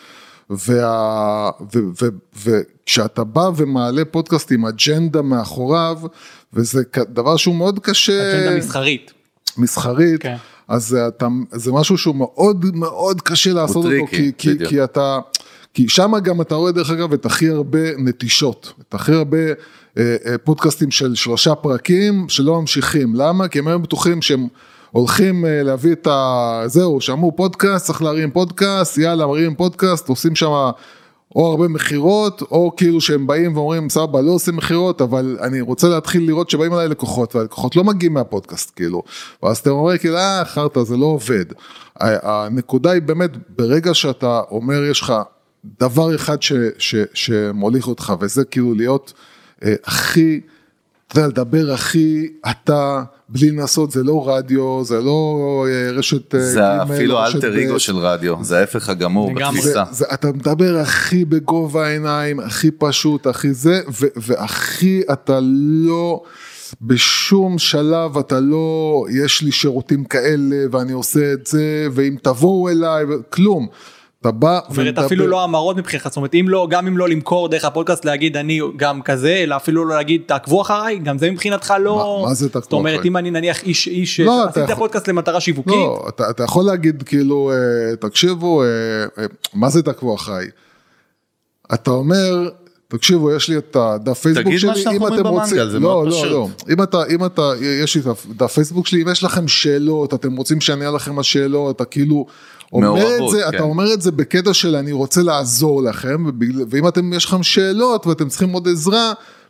S5: וכשאתה בא ומעלה פודקאסט עם אג'נדה מאחוריו, וזה דבר שהוא מאוד קשה,
S1: אג'נדה
S5: מסחרית, אז זה משהו שהוא מאוד מאוד קשה לעשות אותו, כי שם גם אתה רואה דרך אגב את הכי הרבה נטישות, את הכי הרבה פודקאסטים של 3 פרקים שלא ממשיכים, למה? כי הם היו בטוחים שהם הולכים להביא את זהו, שמעו פודקאסט, צריך להרים פודקאסט, יאללה מרים פודקאסט, עושים שם או הרבה מחירות, או כאילו שהם באים ואומרים, סבא, לא עושים מחירות, אבל אני רוצה להתחיל לראות שבאים עליי לקוחות, והלקוחות לא מגיעים מהפודקאסט, כאילו, ואז אתם אומרים, כאילו, חרטה, זה לא עובד. הנקודה היא באמת, ברגע שאתה אומר, יש לך דבר אחד שמוליך אותך, וזה כאילו להיות הכי, אתה יודע, לדבר הכי, אתה, בלי לנסות, זה לא רדיו, זה לא רשת
S4: זה אפילו אלטר איגו של רדיו, זה ההפך הגמור בתפיסה.
S5: אתה מדבר הכי בגובה העיניים, הכי פשוט, הכי זה, והכי אתה לא, בשום שלב אתה לא, יש לי שירותים כאלה, ואני עושה את זה, ואם תבואו אליי, כלום. אתה בא
S1: ומדבר. אפילו לא אמרות מבחינת, זאת אומרת, גם אם לא למכור דרך הפודקאסט להגיד אני גם כזה, אלא אפילו לא להגיד תעקבו אחריי, גם זה מבחינתך לא...
S5: מה זה תעקבו אחריי?
S1: זאת אומרת, אם אני נניח איש שעשית הפודקאסט למטרה שיווקית...
S5: לא, אתה יכול להגיד כאילו, תקשיבו, מה זה תעקבו אחריי? אתה אומר, תקשיבו, יש לי את הדף פייסבוק שלי, אם אתם רוצים... לא, אם אתה, יש לי את הדף פייסבוק שלי, אם יש לכם שאלות, אתם רוצים שאני אעלה לכם השאלות, אתה כאילו... אתה אומר את זה בקטע של אני רוצה לעזור לכם, ואם יש לכם שאלות ואתם צריכים עוד עזרה,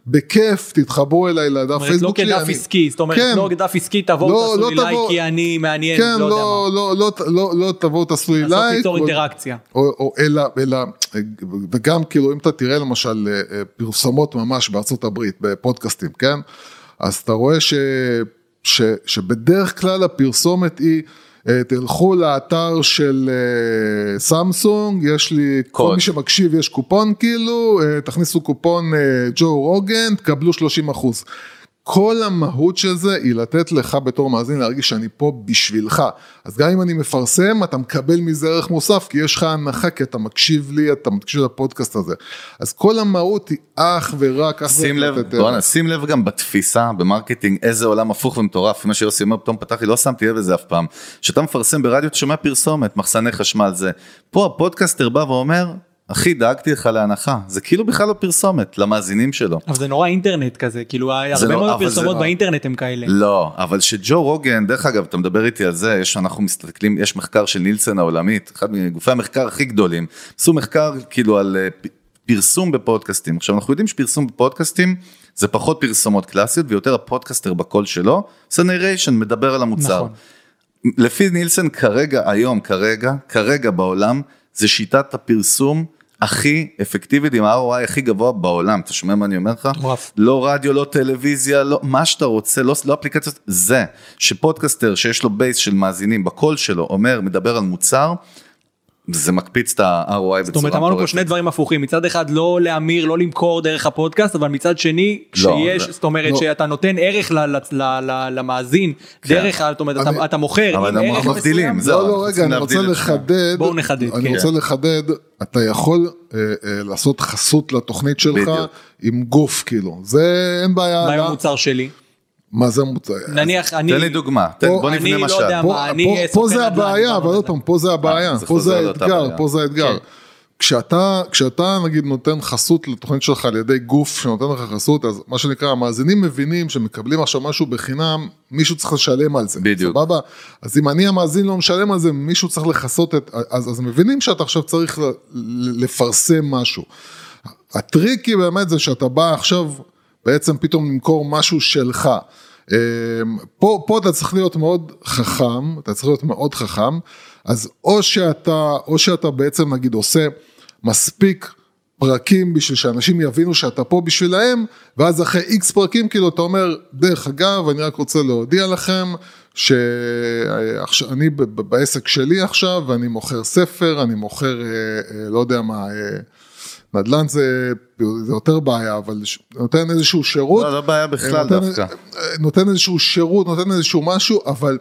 S5: בכיף, תתחברו אליי לדף פייסבוק שלי.
S1: לא כדף עסקי, זאת אומרת, לא כדף עסקי, תבואו תעשו לי לייק, כי אני מעניין, לא יודע מה.
S5: לא תבואו תעשו לי לייק.
S1: לעשות ליצור אינטראקציה.
S5: אלא, וגם כאילו, אם אתה תראה למשל פרסומות ממש בארצות הברית, בפודקאסטים, כן? אז אתה רואה שבדרך כלל הפרסומת היא, תלכו לאתר של סמסונג, יש לי, כל מי שמקשיב יש קופון כאילו, תכניסו קופון ג'ו רוגן, תקבלו 30%. כל המהות של זה היא לתת לך בתור מאזין להרגיש שאני פה בשבילך. אז גם אם אני מפרסם, אתה מקבל מזה ערך מוסף, כי יש לך הנחה, כי אתה מקשיב לי, אתה מקשיב לפודקאסט הזה. אז כל המהות היא אך ורק,
S4: שים לב גם בתפיסה, במרקטינג, איזה עולם הפוך ומטורף, מה שיוסי אומר, פתאום פתח לי, לא שמתי לב לזה אף פעם, שאתה מפרסם ברדיו, אתה שומע פרסומת, מחסני חשמל זה. פה הפודקאסטר בא ואומר, אחי, דאגתי לך להנחה, זה כאילו בכלל לא פרסומת, למאזינים שלו.
S1: אבל זה נורא אינטרנט כזה, כאילו הרבה מאוד פרסומות באינטרנט הם כאלה.
S4: לא, אבל שג'ו רוגן, דרך אגב, אתה מדבר איתי על זה, אנחנו מסתכלים, יש מחקר של נילסן העולמית, אחד מגופי המחקר הכי גדולים, עשו מחקר כאילו על פרסום בפודקאסטים. עכשיו, אנחנו יודעים שפרסום בפודקאסטים, זה פחות פרסומות קלאסיות, ויותר הפודקאסטר בקול שלו, זה נריישן, מדבר על המוצר. נכון. לפי נילסן כרגע בעולם, זה שיטת הפרסום הכי אפקטיבית עם ה-ROI הכי גבוה בעולם, אתה שומע מה אני אומר לך? לא רדיו, לא טלוויזיה, לא, מה שאתה רוצה, לא אפליקציות, זה שפודקאסטר שיש לו בייס של מאזינים בקול שלו, מדבר על מוצר, זה מקפיץ את ה-ROI בצורה מטורפת. זאת אומרת,
S1: אמרנו פה שני דברים הפוכים, מצד אחד לא להמיר, לא למכור דרך הפודקאסט, אבל מצד שני, כשיש, זאת אומרת שאתה נותן ערך למאזין, דרך, זאת אומרת, אתה מוכר,
S4: אבל אנחנו מבדילים.
S5: לא, רגע, אני רוצה לחדד,
S1: בואו נחדד.
S5: אני רוצה לחדד, אתה יכול לעשות חסות לתוכנית שלך עם גוף, כאילו, זה אין בעיה.
S1: מה עם המוצר שלי?
S5: מה זה מוצא?
S1: נניח, אני...
S4: תן לי דוגמה, בוא נבנה משל.
S5: פה זה הבעיה, אבל עוד פעם, פה זה הבעיה, פה זה האתגר. כשאתה נגיד נותן חסות לתוכנית שלך על ידי גוף שנותן לך חסות, אז מה שנקרא, המאזינים מבינים שמקבלים עכשיו משהו בחינם, מישהו צריך לשלם על זה.
S4: בדיוק.
S5: סבבה? אז אם אני המאזין לא משלם על זה, מישהו צריך לחסות אז מבינים שאתה עכשיו צריך לפרסם משהו. הטריקי באמת זה שאתה בא עכשיו, בעצם פתאום למכור משהו שלך. פה אתה צריך להיות מאוד חכם, אז או שאתה בעצם נגיד עושה מספיק פרקים בשביל שאנשים יבינו שאתה פה בשבילהם, ואז אחרי X פרקים כאילו אתה אומר, דרך אגב, אני רק רוצה להודיע לכם, שאני בעסק שלי עכשיו, ואני מוכר ספר, אני מוכר, לא יודע מה, נדל"ן זה יותר בעיה, אבל נותן איזשהו שירות.
S4: לא בעיה בכלל דווקא.
S5: נותן איזשהו שירות, נותן איזשהו משהו, אבל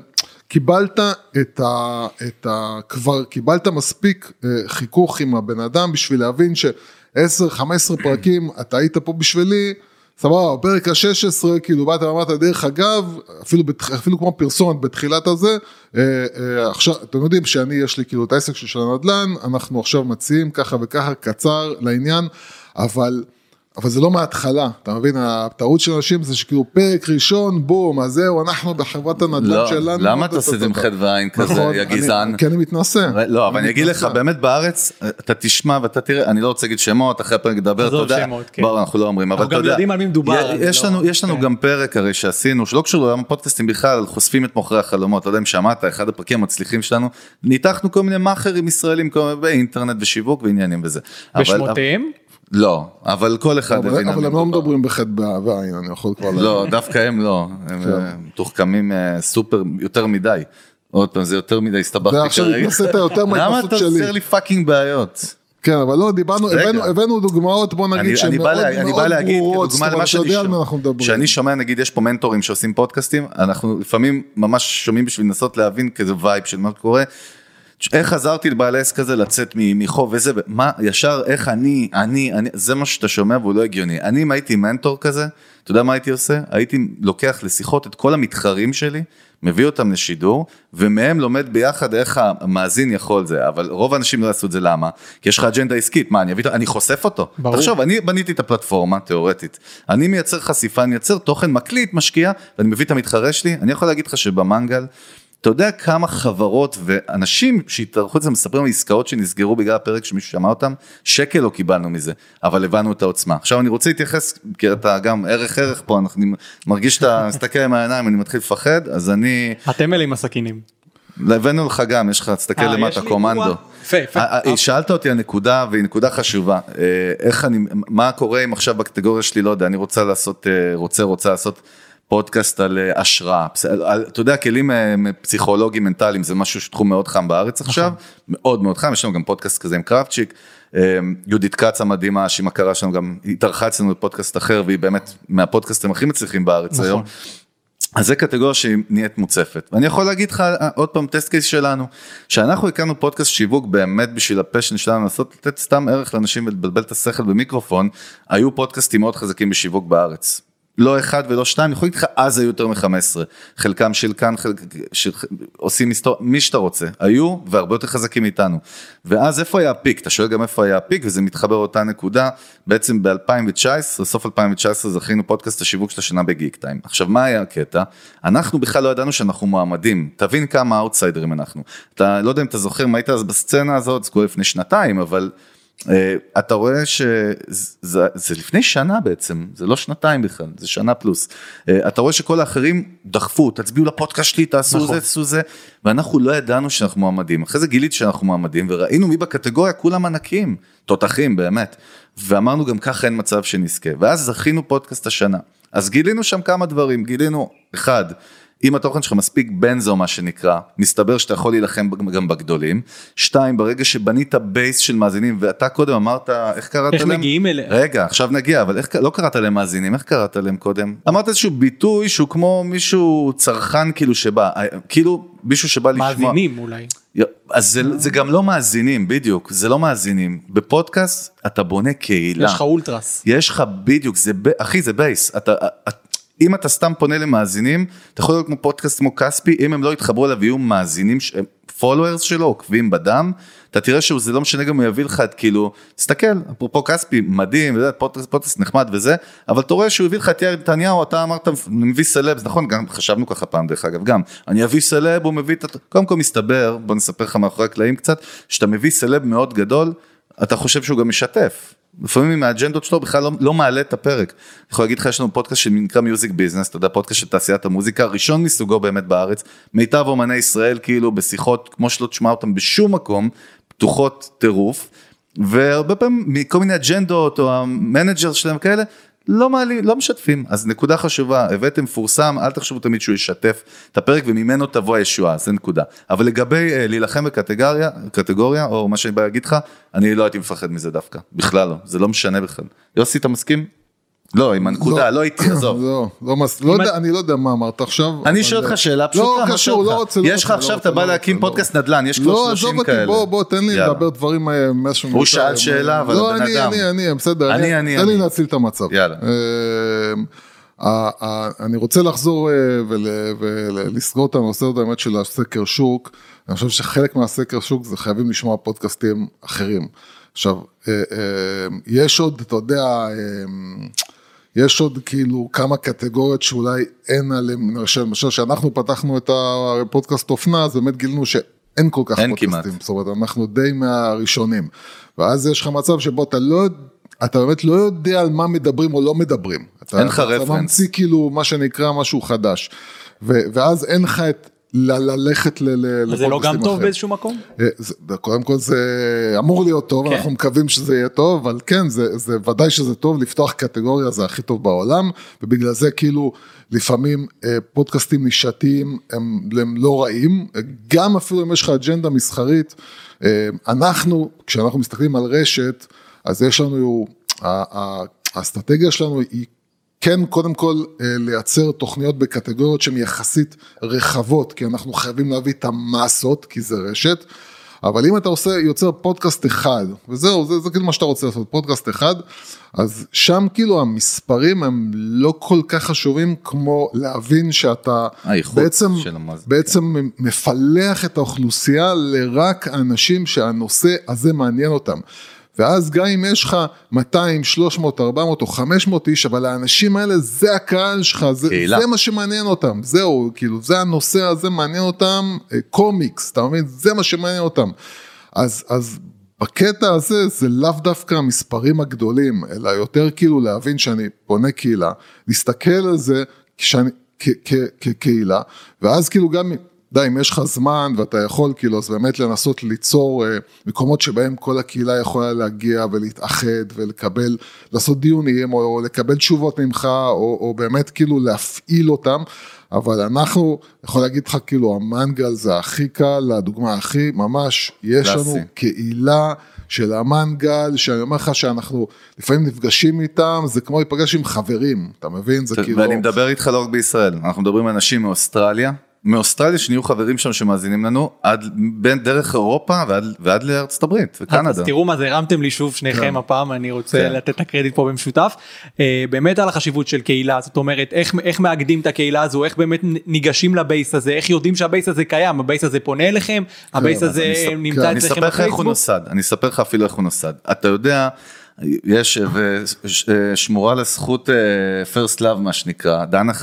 S5: כבר קיבלת מספיק חיכוך עם הבן אדם, בשביל להבין ש10-15 פרקים, אתה היית פה בשבילי, סבבה, בפרק ה-16, כאילו באת ואמרת, דרך אגב, אפילו כמו פרסומת בתחילת הזה, עכשיו, אתם יודעים שאני, יש לי כאילו את העסק של הנדל"ן, אנחנו עכשיו מציעים ככה וככה, קצר לעניין, אבל זה לא מההתחלה, אתה מבין, הטעות של אנשים זה שכאילו פרק ראשון, בום, אז זהו, אנחנו בחברת הנדל"ן שלנו.
S4: למה אתה עושה עם חד ועין כזה, יא גזען?
S5: כי אני מתנסה.
S4: לא, אבל אני אגיד לך, באמת בארץ, אתה תשמע ואתה תראה, אני לא רוצה להגיד שמות, אחרי הפרק לדבר, אתה יודע, בואו, אנחנו לא אומרים, אבל אתה יודע,
S1: אנחנו גם יודעים על מי מדובר.
S4: יש לנו גם פרק הרי שעשינו, שלא קשור לעולם הפודקאסטים בכלל, חושפים את מוכרי החלומות, לא יודע אם שמעת, אחד הפרקים המצליחים שלנו, ניתחנו כל מיני מאכרים ישראלים, באינטרנט ושיווק ועניינים וזה.
S1: בשמותיהם?
S4: לא, אבל כל אחד...
S5: אבל הם לא מדברים בחד בעין, אני יכול כבר...
S4: לא, דווקא הם לא, הם מתוחכמים סופר יותר מדי. עוד פעם, זה יותר מדי, הסתבכתי כרגע.
S5: ועכשיו התנסית יותר מהתנסות שלי.
S4: למה אתה עושה לי פאקינג בעיות?
S5: כן, אבל לא, הבאנו דוגמאות, בוא נגיד שהן מאוד ברורות,
S4: דוגמה למה שאני שומע, נגיד יש פה מנטורים שעושים פודקאסטים, אנחנו לפעמים ממש שומעים בשביל לנסות להבין כזה וייב של מה קורה, איך חזרתי לבעל עסק כזה לצאת מחוב וזה, מה, ישר, איך אני, זה מה שאתה שומע והוא לא הגיוני. אני, אם הייתי מנטור כזה, אתה יודע מה הייתי עושה? הייתי לוקח לשיחות את כל המתחרים שלי, מביא אותם לשידור, ומהם לומד ביחד איך המאזין יכול זה, אבל רוב האנשים לא יעשו את זה, למה? כי יש לך אג'נדה עסקית, מה, אני חושף אותו? ברור. תחשוב, אני בניתי את הפלטפורמה, תיאורטית, אני מייצר חשיפה, אני מייצר תוכן, מקליט, משקיע, ואני מביא את המתחרה שלי, אני יכול להגיד לך שבמנגל, אתה יודע כמה חברות ואנשים שהתארחו את זה מספרים על עסקאות שנסגרו בגלל הפרק שמישהו שמע אותם, שקל לא קיבלנו מזה, אבל הבנו את העוצמה. עכשיו אני רוצה להתייחס, כי אתה גם ערך פה, אני מרגיש שאתה מסתכל עם העיניים, אני מתחיל לפחד, אז אני...
S1: אתם אלה עם הסכינים.
S4: הבאנו לך גם, יש לך, תסתכל למטה, קומנדו. שאלת אותי הנקודה, והיא נקודה חשובה, מה קורה אם עכשיו בקטגוריה שלי, לא יודע, אני רוצה לעשות פודקאסט על השראה, אתה יודע, כלים פסיכולוגיים מנטליים, זה משהו שתחום מאוד חם בארץ עכשיו, מאוד מאוד חם, יש לנו גם פודקאסט כזה עם קרבצ'יק, יהודית קץ המדהימה, שהיא מכרה שלנו גם, היא התארחה אצלנו בפודקאסט אחר, והיא באמת מהפודקאסטים הכי מצליחים בארץ היום, אז זה קטגוריה שהיא נהיית מוצפת, ואני יכול להגיד לך עוד פעם טסט קייס שלנו, שאנחנו הקמנו פודקאסט שיווק באמת בשביל הפשן שלנו, לעשות לתת סתם ערך לאנשים ולבלבל את השכל במיקרופון, היו פודקאסטים מאוד חזקים בשיווק בארץ, לא אחד ולא שתיים, אני יכול להגיד לך, אז היו יותר מ-15, חלקם של כאן, עושים היסטוריה, מי שאתה רוצה, היו והרבה יותר חזקים איתנו, ואז איפה היה הפיק? אתה שואל גם איפה היה הפיק, וזה מתחבר אותה נקודה, בעצם ב-2019, סוף 2019, זכינו פודקאסט השיווק של השנה בגיק טיים, עכשיו מה היה הקטע? אנחנו בכלל לא ידענו שאנחנו מועמדים, תבין כמה אאוטסיידרים אנחנו, אתה לא יודע אם אתה זוכר, מה היית אז בסצנה הזאת, זה קורה לפני שנתיים, אבל... אתה רואה שזה לפני שנה בעצם, זה לא שנתיים בכלל, זה שנה פלוס. אתה רואה שכל האחרים דחפו, תצביעו לפודקאסט שלי, תעשו זה, ואנחנו לא ידענו שאנחנו מועמדים. אחרי זה גילית שאנחנו מועמדים, וראינו מי בקטגוריה, כולם ענקים, תותחים באמת. ואמרנו גם ככה אין מצב שנזכה. ואז זכינו פודקאסט השנה. אז גילינו שם כמה דברים, גילינו, אחד, אם התוכן שלך מספיק בנזו, מה שנקרא, מסתבר שאתה יכול להילחם גם בגדולים. 2, ברגע שבנית בייס של מאזינים, ואתה קודם אמרת, איך קראת להם?
S1: איך מגיעים אליהם?
S4: רגע, עכשיו נגיע, אבל לא קראת להם מאזינים, איך קראת להם קודם? אמרת איזשהו ביטוי שהוא כמו מישהו צרכן כאילו שבא, כאילו מישהו שבא לשמוע.
S1: מאזינים אולי.
S4: אז זה גם לא מאזינים, בדיוק, זה לא מאזינים. בפודקאסט אתה בונה קהילה.
S1: יש לך אולטרס.
S4: יש לך בדיוק, אחי זה בייס, אם אתה סתם פונה למאזינים, אתה יכול להיות כמו פודקאסט כמו קספי, אם הם לא יתחברו אליו ויהיו מאזינים, פולוורס שלו, עוקבים בדם, אתה תראה שזה לא משנה גם הוא יביא לך את כאילו, תסתכל, אפרופו קספי, מדהים, פודקאסט נחמד וזה, אבל אתה רואה שהוא הביא לך את יאיר נתניהו, אתה אמרת, מביא סלב, נכון, גם חשבנו ככה פעם דרך אגב, גם, אני אביא סלב, הוא מביא קודם כל מסתבר, בוא נספר לך מאחורי הקלעים קצת, שאתה מביא סלב מאוד גדול, אתה חושב שהוא גם משתף, לפעמים עם האג'נדות שלו בכלל לא מעלה את הפרק. אני יכול להגיד לך, יש לנו פודקאסט שנקרא מיוזיק ביזנס, אתה יודע, פודקאסט של תעשיית המוזיקה, ראשון מסוגו באמת בארץ, מיטב אומני ישראל כאילו בשיחות, כמו שלא תשמע אותם בשום מקום, פתוחות טירוף, והרבה פעמים מכל מיני אג'נדות או המנג'ר שלהם כאלה, לא משתפים. אז נקודה חשובה, הבאתם פורסם, אל תחשבו תמיד שהוא ישתף את הפרק וממנו תבוא הישועה, זה נקודה. אבל לגבי להילחם בקטגוריה, או מה שאני בא להגיד לך, אני לא הייתי מפחד מזה דווקא, בכלל לא, זה לא משנה בכלל. יוסי, אתה מסכים? לא, עם הנקודה, לא איתי, עזוב.
S5: אני לא יודע מה אמרת עכשיו.
S4: אני שואל אותך שאלה פשוטה.
S5: לא קשור, לא רוצה.
S4: יש לך עכשיו, אתה בא להקים פודקאסט נדל"ן, יש כבר 30 כאלה.
S5: בוא, תן לי לדבר דברים.
S4: הוא שאל שאלה, אבל הבן אדם.
S5: לא, אני, בסדר. תן לי להציל את המצב.
S4: יאללה.
S5: אני רוצה לחזור ולסגור את הנושא באמת של הסקר שוק. אני חושב שחלק מהסקר שוק זה חייבים לשמוע פודקאסטים אחרים. עכשיו, יש עוד, אתה יודע, יש עוד כאילו כמה קטגוריות שאולי אין עליהם, למשל שאנחנו פתחנו את הפודקאסט אופנה, אז באמת גילנו שאין כל כך פודקאסטים, זאת אומרת, אנחנו די מהראשונים, ואז יש לך מצב שבו אתה באמת לא יודע על מה מדברים או לא מדברים.
S4: אין לך רפרנס.
S5: אתה ממציא כאילו מה שנקרא משהו חדש, ואז אין לך את ללכת לפודקאסטים.
S1: זה לא גם טוב באיזשהו מקום?
S5: קודם כל זה אמור להיות טוב, אנחנו מקווים שזה יהיה טוב, אבל כן, זה ודאי שזה טוב, לפתוח קטגוריה זה הכי טוב בעולם, ובגלל זה כאילו לפעמים פודקאסטים נישתיים הם לא רעים, גם אפילו אם יש לך אג'נדה מסחרית, כשאנחנו מסתכלים על רשת, אז יש לנו, האסטרטגיה שלנו היא כן, קודם כל, לייצר תוכניות בקטגוריות שהן יחסית רחבות, כי אנחנו חייבים להביא את המסות, כי זה רשת, אבל אם אתה יוצר פודקאסט אחד, וזהו, זה כאילו מה שאתה רוצה לעשות, פודקאסט אחד, אז שם כאילו המספרים הם לא כל כך חשובים, כמו להבין שאתה בעצם מפלח את האוכלוסייה לרק האנשים שהנושא הזה מעניין אותם. ואז גם אם יש לך 200, 300, 400 או 500 איש, אבל האנשים האלה זה הקהל שלך, זה מה שמעניין אותם, זהו, כאילו, זה הנושא הזה מעניין אותם, קומיקס, אתה מבין? זה מה שמעניין אותם. אז בקטע הזה זה לאו דווקא המספרים הגדולים, אלא יותר כאילו להבין שאני פונה קהילה, להסתכל על זה כקהילה, ואז כאילו גם, די, אם יש לך זמן ואתה יכול כאילו, אז באמת לנסות ליצור מקומות שבהם כל הקהילה יכולה להגיע ולהתאחד ולקבל, לעשות דיונים או לקבל תשובות ממך, או באמת כאילו להפעיל אותם, אבל אנחנו, יכול להגיד לך כאילו, המנגל זה הכי קל, הדוגמה הכי, ממש, יש לנו קהילה של המנגל, שאני אומר לך שאנחנו לפעמים נפגשים איתם, זה כמו להיפגש עם חברים, אתה מבין? זה כאילו...
S4: ואני מדבר איתך לא רק בישראל, אנחנו מדברים עם אנשים מאוסטרליה שנהיו חברים שם שמאזינים לנו, בין דרך אירופה ועד לארצות הברית וקנדה.
S1: אז תראו מה זה, הרמתם לי שוב שניכם הפעם, אני רוצה לתת את הקרדיט פה במשותף, באמת על החשיבות של קהילה, זאת אומרת, איך מאגדים את הקהילה הזו, איך באמת ניגשים לבייס הזה, איך יודעים שהבייס הזה קיים, הבייס הזה פונה אליכם, הבייס הזה נמצא אצלכם בפייסבוק.
S4: אני אספר לך אפילו איך הוא נוסד, אתה יודע, יש שמורה לזכות first love מה שנקרא, דנה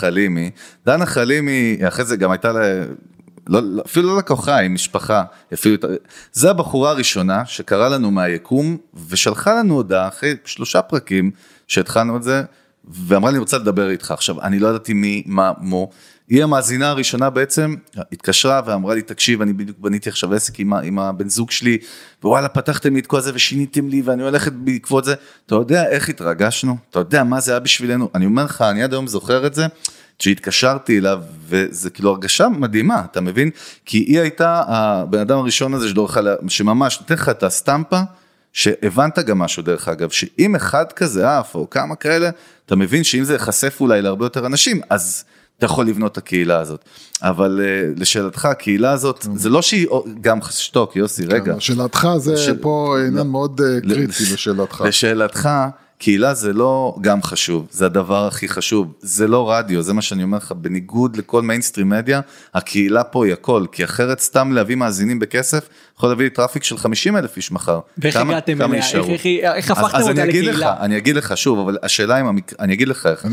S4: חלימי, אחרי זה גם הייתה אפילו לא לקוחה, היא משפחה, זה הבחורה הראשונה שקרא לנו מהיקום, ושלחה לנו הודעה אחרי 3 פרקים שהתחלנו את זה, ואמרה לי, אני רוצה לדבר איתך. עכשיו, אני לא ידעתי מי, מה, מו, היא המאזינה הראשונה בעצם, התקשרה ואמרה לי, תקשיב, אני בדיוק בניתי עכשיו עסק עם הבן זוג שלי, ווואלה, פתחתם לי את כל זה ושיניתם לי, ואני הולכת בעקבות זה. אתה יודע איך התרגשנו? אתה יודע מה זה היה בשבילנו? אני אומר לך, אני עד היום זוכר את זה, שהתקשרתי אליו, וזה כאילו הרגשה מדהימה, אתה מבין? כי היא הייתה הבן אדם הראשון הזה שממש נותן לך את הסטמפה, שהבנת גם משהו דרך אגב, שאם אחד כזה אף או כמה כאלה, אתה מבין שאם זה יחשף אולי להרבה יותר אנשים, אז אתה יכול לבנות את הקהילה הזאת. אבל לשאלתך, הקהילה הזאת, זה לא שהיא גם שתוק, יוסי, רגע.
S5: לשאלתך זה פה עניין מאוד קריטי לשאלתך.
S4: לשאלתך, קהילה זה לא גם חשוב, זה הדבר הכי חשוב, זה לא רדיו, זה מה שאני אומר לך, בניגוד לכל מיינסטרים מדיה, הקהילה פה היא הכל, כי אחרת סתם להביא מאזינים בכסף, יכול להביא לי טראפיק של 50,000 איש מחר.
S1: ואיך הגעתם אליה? איך הפכתם אותה לקהילה?
S4: אני אגיד לך שוב, אבל השאלה אם, אני אגיד לך איך,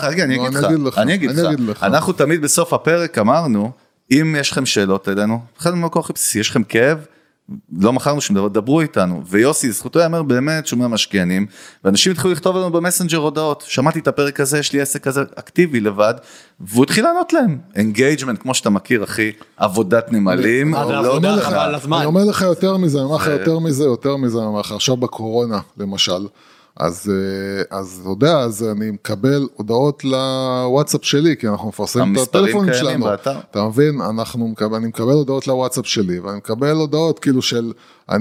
S4: אני אגיד לך, אנחנו תמיד בסוף הפרק אמרנו, אם יש לכם שאלות אלינו, אחד מהמקום הכי בסיסי, יש לכם כאב, לא מכרנו שום דבר, דברו איתנו, ויוסי, זכותו יאמר באמת שומע משקיענים, ואנשים התחילו לכתוב לנו במסנג'ר הודעות, שמעתי את הפרק הזה, יש לי עסק כזה אקטיבי לבד, והוא התחיל לענות להם, אינגייג'מנט, כמו שאתה מכיר, אחי, עבודת נמלים,
S5: אני אומר לך יותר מזה, אני אומר לך יותר מזה, אני אומר לך, עכשיו בקורונה, למשל, אז אתה יודע, אז אני מקבל הודעות לוואטסאפ שלי, כי אנחנו מפרסמים את הטלפונים שלנו, אתה מבין, אני מקבל הודעות לוואטסאפ שלי, ואני מקבל הודעות כאילו של,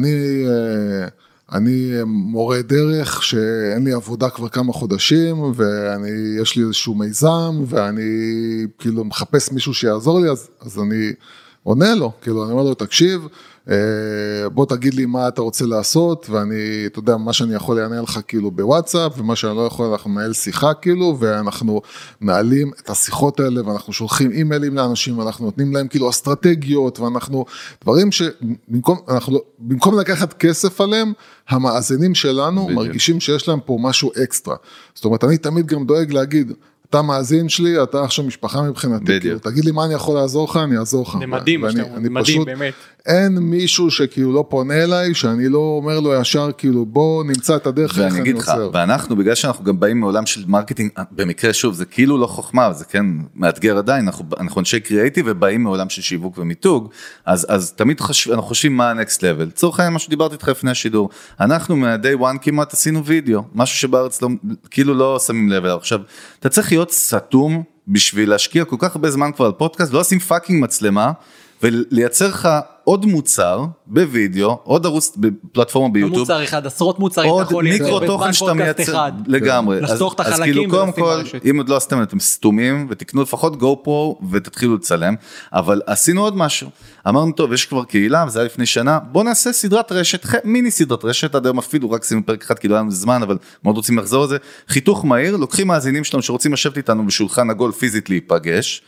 S5: אני מורה דרך, שאין לי עבודה כבר כמה חודשים, ויש לי איזשהו מיזם, ואני כאילו מחפש מישהו שיעזור לי, אז אני עונה לו, כאילו אני אומר לו, תקשיב, בוא תגיד לי מה אתה רוצה לעשות, ואני, אתה יודע, מה שאני יכול לענה לך כאילו בוואטסאפ, ומה שאני לא יכול, אנחנו נעל שיחה כאילו, ואנחנו מעלים את השיחות האלה, ואנחנו שולחים אימיילים לאנשים, ואנחנו נותנים להם כאילו אסטרטגיות, ואנחנו, דברים במקום לקחת כסף עליהם, המאזינים שלנו מרגישים שיש להם פה משהו אקסטרה. זאת אומרת, אני תמיד גם דואג להגיד, אתה מאזין שלי, אתה עכשיו משפחה מבחינתי, תגיד לי מה אני יכול לעזור לך, אני אעזור לך.
S1: זה מדהים, מדהים באמת.
S5: אין מישהו שכאילו לא פונה אליי, שאני לא אומר לו ישר, כאילו בוא נמצא את הדרך איך אני עוצר.
S4: ואנחנו, בגלל שאנחנו גם באים מעולם של מרקטינג, במקרה שוב, זה כאילו לא חוכמה, זה כן מאתגר עדיין, אנחנו אנשי קריאייטיב ובאים מעולם של שיווק ומיתוג, אז תמיד אנחנו חושבים מה ה-next level. צורך העניין, מה שדיברתי איתך לפני השידור, אנחנו מה-day one כמעט עשינו וידאו, משהו שבארץ כאילו לא שמים לב אליו. עכשיו, אתה צריך להיות סתום בשביל להשקיע כל כך הרבה זמן כבר על פודקאסט, לא לשים פאקינג מצלמה, ולייצר לך עוד מוצר בווידאו, עוד ערוץ בפלטפורמה ביוטיוב.
S1: מוצר אחד, עשרות מוצרים.
S4: עוד מיקרו תוכן שאתה מייצר לגמרי.
S1: לחתוך את החלקים.
S4: אז כאילו קודם כל, אם עוד לא עשיתם, אתם סתומים, ותקנו לפחות גו-פרו, ותתחילו לצלם, אבל עשינו עוד משהו. אמרנו, טוב, יש כבר קהילה, וזה היה לפני שנה, בוא נעשה סדרת רשת, מיני סדרת רשת, עד היום אפילו רק שימו פרק אחד, כאילו היה לנו זמן, אבל מאוד רוצים לחזור לזה. חיתוך מהיר, לוקחים מאזינים שלנו שרוצים לשבת איתנו בשולחן עגול פיזית להיפגש,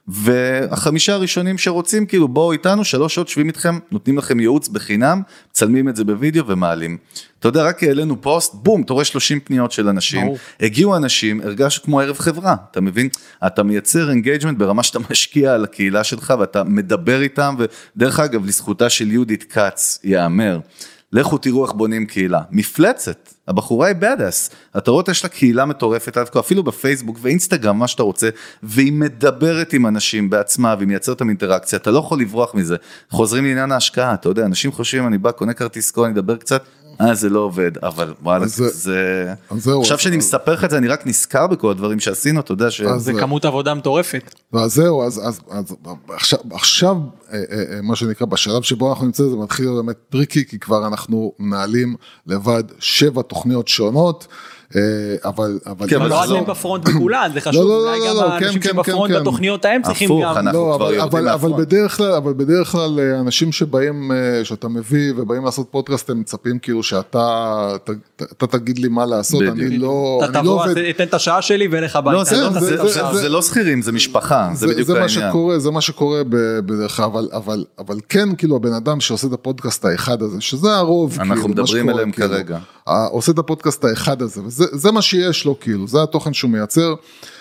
S4: והחמישה הראשונים שרוצים, כאילו בואו איתנו, 3 שעות שווים איתכם, נותנים לכם ייעוץ בחינם, צלמים את זה בווידאו ומעלים. אתה יודע, רק העלינו פוסט, בום, אתה רואה 30 פניות של אנשים, הגיעו אנשים, הרגש כמו ערב חברה, אתה מבין? אתה מייצר אינגייג'מנט ברמה שאתה משקיע על הקהילה שלך, ואתה מדבר איתם, ודרך אגב, לזכותה של יהודית קץ, יאמר, לכו תראו איך בונים קהילה, מפלצת, הבחורה היא בדאס, אתה רואה יש לה קהילה מטורפת, אפילו בפייסבוק ואינסטגרם, מה שאתה רוצה, והיא מדברת עם אנשים בעצמה, והיא מייצרת את האינטראקציה, אתה לא יכול לברוח מזה, חוזרים לעניין ההשקעה, אתה יודע, אנשים חושבים, אני בא, קונה כרטיס קול, אני אדבר קצת, זה לא עובד, אבל וואלה, זה... עכשיו שאני מספר לך את זה, אני רק נזכר בכל הדברים שעשינו, אתה יודע ש...
S1: זה כמות עבודה מטורפת.
S5: אז זהו, אז עכשיו, מה שנקרא, בשלב שבו אנחנו נמצא, זה מתחיל באמת טריקי, כי כבר אנחנו מנהלים לבד 7 תוכניות שונות, אבל
S1: לא אתם בפרונט בכולן, זה חשוב, אולי גם האנשים שבפרונט בתוכניות ההם צריכים גם...
S5: אבל בדרך כלל אנשים שבאים, שאתה מביא ובאים לעשות פודקאסט, הם מצפים כאילו שאתה תגיד לי מה לעשות, אני לא...
S1: אתה תבוא, תתן את השעה שלי ואלך הביתה.
S4: זה לא שכירים, זה משפחה, זה בדיוק העניין.
S5: זה מה שקורה בדרך כלל, אבל כן כאילו הבן אדם שעושה את הפודקאסט האחד הזה, שזה הרוב,
S4: אנחנו מדברים עליהם כרגע.
S5: עושה את הפודקאסט האחד הזה, וזה מה שיש לו, כאילו, זה התוכן שהוא מייצר,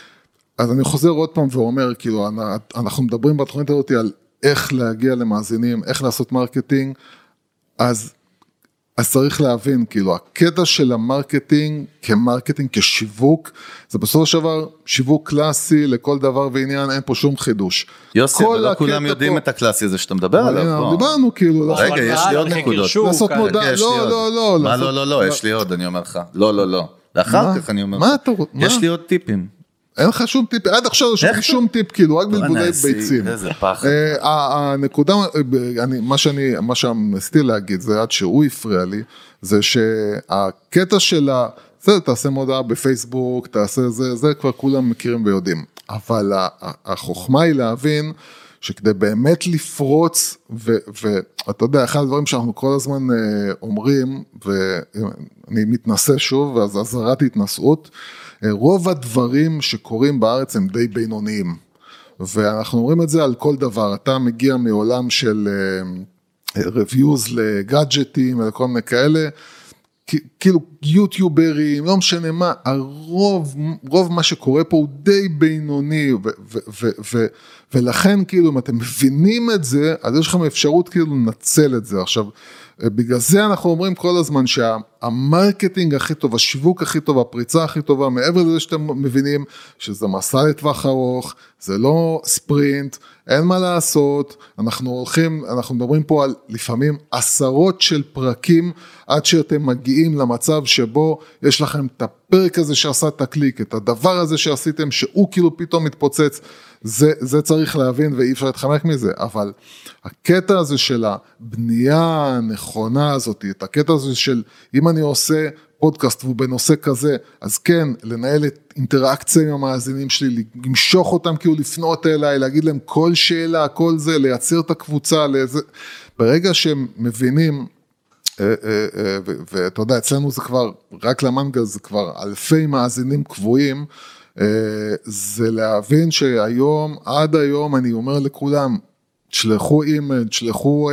S5: אז אני חוזר עוד פעם ואומר, כאילו, אנחנו מדברים בתוכנית הזאת על איך להגיע למאזינים, איך לעשות מרקטינג, אז צריך להבין, כאילו, הקטע של המרקטינג, כמרקטינג, כששיווק, זה בסופו של דבר שיווק קלאסי לכל דבר ועניין, אין פה שום חידוש.
S4: יוסי, אבל לא כולם יודעים את הקלאסי הזה שאתה מדבר עליו.
S5: דיברנו, כאילו.
S4: רגע, יש לי עוד נקודות.
S5: לעשות מודע,
S4: לא, יש לי עוד, אני אומר לך. לא. לאחר כך אני אומר לך. יש לי עוד טיפים.
S5: אין לך שום טיפ, עד עכשיו יש לי שום טיפ, כאילו, רק בלבולי ביצים.
S4: איזה פחד.
S5: הנקודה, מה שמנסתי להגיד, זה עד שהוא הפריע לי, זה שהקטע שלה, זה תעשה מודעה בפייסבוק, תעשה זה כבר כולם מכירים ויודעים. אבל החוכמה היא להבין, שכדי באמת לפרוץ, ואתה יודע, אחד הדברים שאנחנו כל הזמן אומרים, ואני מתנסה שוב, אז הזרת התנסות, רוב הדברים שקורים בארץ הם די בינוניים, ואנחנו אומרים את זה על כל דבר, אתה מגיע מעולם של reviews לגאדג'טים ולכל מיני כאלה, כאילו יוטיוברים, לא משנה מה, רוב מה שקורה פה הוא די בינוני, ולכן כאילו אם אתם מבינים את זה, אז יש לכם אפשרות כאילו לנצל את זה. עכשיו, בגלל זה אנחנו אומרים כל הזמן שהמרקטינג הכי טוב, השיווק הכי טוב, הפריצה הכי טובה, מעבר לזה שאתם מבינים שזה מסע לטווח ארוך, זה לא ספרינט, אין מה לעשות, אנחנו מדברים פה על לפעמים עשרות של פרקים, עד שאתם מגיעים למצב שבו יש לכם את הפרק הזה שעשה את הקליק, את הדבר הזה שעשיתם, שהוא כאילו פתאום מתפוצץ, זה צריך להבין ואי אפשר להתחמק מזה, אבל הקטע הזה של הבנייה הנכונה הזאת, את הקטע הזה של אם אני עושה פודקאסט והוא בנושא כזה, אז כן, לנהל את אינטראקציה עם המאזינים שלי, למשוך אותם כאילו לפנות אליי, להגיד להם כל שאלה, כל זה, לייצר את הקבוצה, ברגע שהם מבינים, ואתה יודע, אצלנו זה כבר, רק למנגל זה כבר אלפי מאזינים קבועים, זה להבין שהיום, עד היום אני אומר לכולם, תשלחו אימייל, תשלחו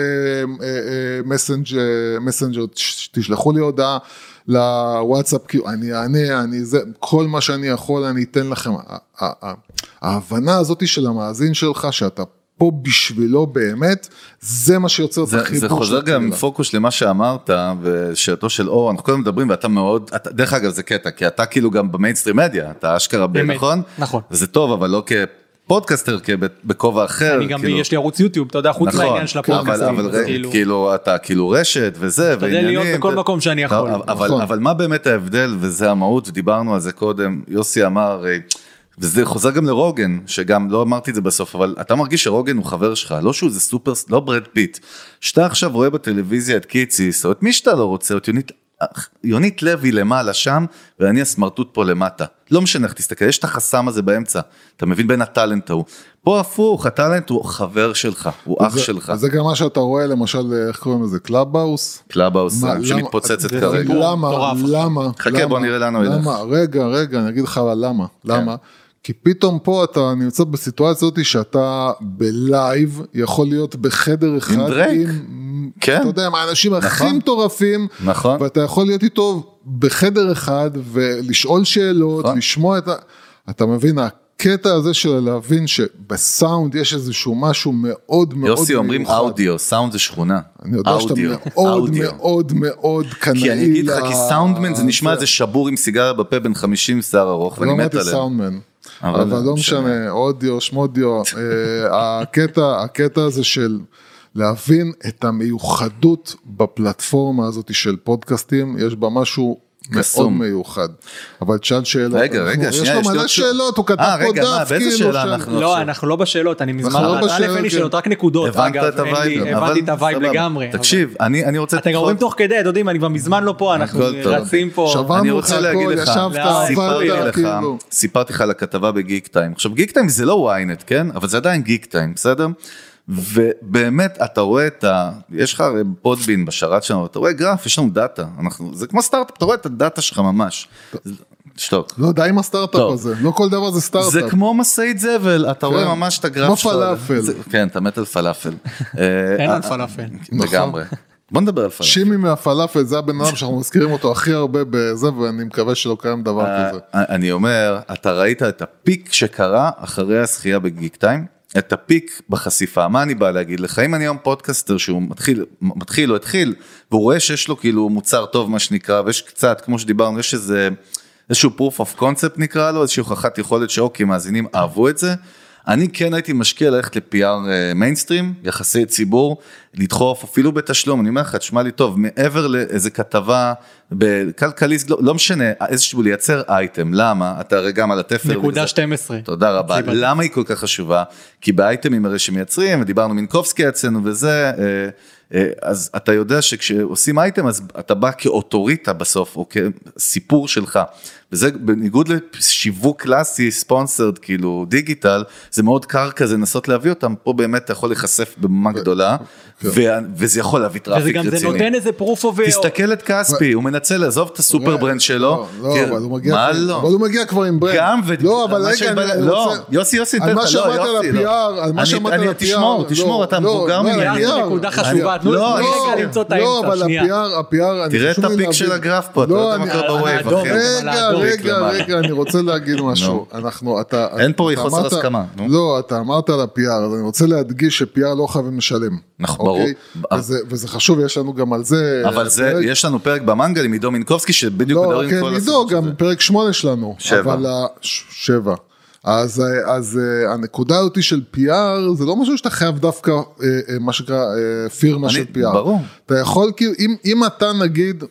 S5: מסנג'ר, תשלחו לי הודעה לוואטסאפ, אני אענה, כל מה שאני יכול אני אתן לכם. ההבנה הזאת של המאזין שלך, שאתה פה בשבילו באמת, זה מה שיוצר את החיבור.
S4: זה חוזר גם פוקוס למה שאמרת, ושאתו של אור, אנחנו קודם מדברים, ואתה מאוד, דרך אגב זה קטע, כי אתה כאילו גם במיינסטרים מדיה, אתה אשכרה נכון?
S1: נכון.
S4: וזה טוב, אבל לא כפודקאסטר, בכובע אחר.
S1: אני גם, יש לי ערוץ יוטיוב, אתה יודע, חוץ מהעניין של הפודקאסטים.
S4: אבל כאילו, אתה כאילו רשת וזה,
S1: אתה יודע להיות בכל מקום שאני יכול.
S4: אבל מה באמת ההבדל, וזה המהות, ודיברנו על זה קודם, יוסי אמר, וזה חוזר גם לרוגן, שגם לא אמרתי את זה בסוף, אבל אתה מרגיש שרוגן הוא חבר שלך, לא שהוא זה סופר, לא ברד פיט, שאתה עכשיו רואה בטלוויזיה את קיציס, או את מי שאתה לא רוצה, את יונית לוי למעלה שם, ואני הסמרטוט פה למטה, לא משנה איך תסתכל, יש את החסם הזה באמצע, אתה מבין בין הטלנט ההוא, פה הפוך, הטלנט הוא חבר שלך, הוא אח שלך.
S5: זה גם מה שאתה רואה, למשל, איך קוראים לזה, קלאבהאוס?
S4: קלאבהאוס, שמתפוצצת כרגע.
S5: למה?
S4: חכה, בוא נראה לנו אלך.
S5: רגע, אני אגיד לך למה. כי פתאום פה אתה נמצא בסיטואציה הזאת שאתה בלייב, יכול להיות בחדר אחד
S4: עם דרייק, כן.
S5: אתה יודע, עם האנשים הכי מטורפים,
S4: נכון.
S5: ואתה יכול להיות איתו בחדר אחד, ולשאול שאלות, לשמוע את אתה מבין, הקטע הזה של להבין שבסאונד יש איזשהו משהו מאוד מאוד
S4: יוסי אומרים אודיו, סאונד זה שכונה.
S5: אני יודע שאתה מאוד מאוד מאוד קנאי.
S4: כי אני אגיד לך, כי סאונדמן זה נשמע איזה שבור עם סיגריה בפה בין 50 שיער ארוך, ואני מת עליהם.
S5: לא אמרתי סאונדמן, אבל לא משנה, אודיו, שמודיו, הקטע הזה של להבין את המיוחדות בפלטפורמה הזאת של פודקאסטים, יש בה משהו מאוד מיוחד, אבל תשאל שאלה.
S4: רגע,
S5: יש לו מלא שאלות, הוא כתב פה דף,
S4: כאילו.
S1: לא, אנחנו לא בשאלות, אני מזמן, אין לי שאלות, רק נקודות.
S4: הבנת את הווייב?
S1: הבנתי את הווייב לגמרי.
S4: תקשיב, אני רוצה...
S1: אתם רואים תוך כדי, אתה יודעים, אני כבר מזמן לא פה, אנחנו רצים פה.
S5: שברנו לך הכל, ישבת,
S4: סיפרתי לך על הכתבה בגיק טיים. עכשיו, גיק טיים זה לא וויינט, כן? אבל זה עדיין גיק טיים, בסדר? ובאמת אתה רואה יש לך פודבין בשרת שלנו, אתה רואה גרף, יש לנו דאטה, זה כמו סטארט-אפ, אתה רואה את הדאטה שלך ממש. שתוק.
S5: לא, די עם הסטארט-אפ הזה, לא כל דבר זה סטארט-אפ.
S4: זה כמו מסעית זבל, אתה רואה ממש את הגרף שלך.
S5: כמו פלאפל.
S4: כן, אתה מת על פלאפל.
S1: אין על פלאפל.
S4: לגמרי. בוא נדבר על פלאפל.
S5: שימי מהפלאפל, זה הבן אדם שאנחנו מזכירים אותו הכי הרבה בזה, ואני מקווה שלא קיים דבר כזה.
S4: אני אומר, אתה ראית את הפיק שקרה אחרי השחייה בגיק טיים? את הפיק בחשיפה, מה אני בא להגיד לך? אם אני היום פודקאסטר שהוא מתחיל או התחיל, והוא רואה שיש לו כאילו מוצר טוב מה שנקרא, ויש קצת, כמו שדיברנו, יש איזשהו proof of concept נקרא לו, איזושהי הוכחת יכולת שאוקיי, מאזינים אהבו את זה, אני כן הייתי משקיע ללכת ל-PR מיינסטרים, יחסי ציבור, לדחוף אפילו בתשלום, אני אומר לך, תשמע לי טוב, מעבר לאיזה כתבה, בכלכליסט, לא משנה, איזשהו לייצר אייטם, למה? אתה הרי גם על התפר.
S1: נקודה 12.
S4: תודה רבה, למה היא כל כך חשובה? כי באייטמים הרי שמייצרים, ודיברנו מינקובסקי אצלנו וזה, אז אתה יודע שכשעושים אייטם, אז אתה בא כאוטוריטה בסוף, או כסיפור שלך, וזה בניגוד לשיווק קלאסי, ספונסרד, כאילו דיגיטל, זה מאוד קר כזה, לנסות להביא אותם, פה באמת אתה יכול להיחשף במה גדולה, וזה יכול להביא טראפיק רציני.
S1: וזה גם זה נותן איזה פרוף אובר.
S4: תסתכל את כספי, הוא מנסה לעזוב את הסופר ברנד שלו.
S5: לא, אבל הוא מגיע כבר עם ברנד.
S4: גם,
S5: לא, אבל רגע, אני רוצה...
S4: יוסי,
S5: על מה שאמרת על ה-PR, על מה שאמרת על ה-PR.
S4: תשמור, אתה מבוגר ממני.
S1: זה נקודה חשובה, תנו רגע למצוא את האמצע.
S5: לא, אבל ה-PR,
S4: תראה את הפיק של הגרף פה, אתה יודע מה קרה בווייב, אחי.
S5: רגע, אני רוצה להגיד משהו.
S4: אין פה חוסר הסכמה.
S5: לא, אתה אמרת על ה-PR, אז אני רוצה להדגיש ש-PR לא חייבים לשלם.
S4: נכון, ברור.
S5: וזה חשוב, יש לנו גם על זה...
S4: אבל יש לנו פרק במנגל עם עידו מינקובסקי, שבדיוק מדברים כל
S5: כן, עידו, גם פרק 8 שלנו. 7. אז הנקודה אותי של PR, זה לא משהו שאתה חייב דווקא, מה שקרה, פירמה של PR.
S4: ברור.
S5: אתה יכול, אם אתה נגיד,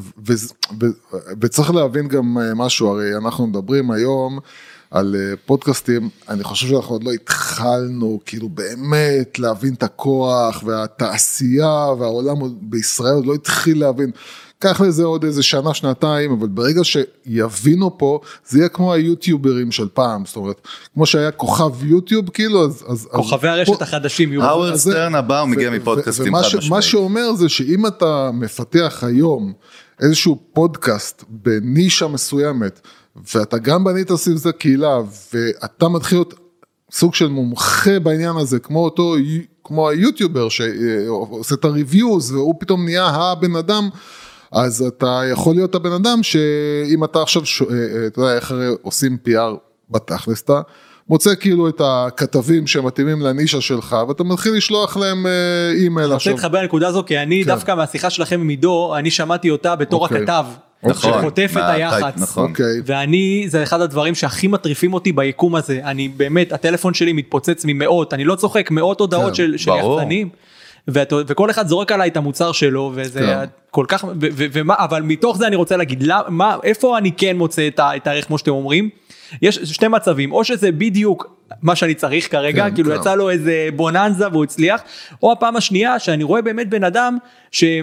S5: וצריך להבין גם משהו, הרי אנחנו מדברים היום, על פודקאסטים, אני חושב שאנחנו עוד לא התחלנו, כאילו באמת להבין את הכוח, והתעשייה, והעולם בישראל עוד לא התחיל להבין, קח לזה עוד איזה שנה, שנתיים, אבל ברגע שיבינו פה, זה יהיה כמו היוטיוברים של פעם, זאת אומרת, כמו שהיה כוכב יוטיוב, כאילו, אז...
S1: כוכבי הרשת החדשים יהיו.
S4: האוורד סטרן הבא, הוא מגיע מפודקאסטים חד משמעית.
S5: מה שאומר זה שאם אתה מפתח היום איזשהו פודקאסט בנישה מסוימת, ואתה גם בנית סביב זה קהילה, ואתה מתחיל להיות סוג של מומחה בעניין הזה, כמו היוטיובר שעושה את הריוויוז, והוא פתאום נהיה הבן אדם, אז אתה יכול להיות הבן אדם, שאם אתה עכשיו, אתה יודע איך הרי עושים PR בתכלס, אתה מוצא כאילו את הכתבים שמתאימים לנישה שלך, ואתה מתחיל לשלוח להם אימייל.
S1: אני רוצה להתחבר לנקודה הזו, כי אני דווקא מהשיחה שלכם עם עידו, אני שמעתי אותה בתור הכתב, שחוטף את היח"צ, ואני, זה אחד הדברים שהכי מטריפים אותי ביקום הזה, אני באמת, הטלפון שלי מתפוצץ ממאות, אני לא צוחק, מאות הודעות של יחצנים, וכל אחד זורק עליי את המוצר שלו, וזה כל כך, אבל מתוך זה אני רוצה להגיד, איפה אני כן מוצא את הערך כמו שאתם אומרים, יש שני מצבים, או שזה בדיוק מה שאני צריך כרגע, כאילו יצא לו איזה בוננזה והוא הצליח, או הפעם השנייה שאני רואה באמת בן אדם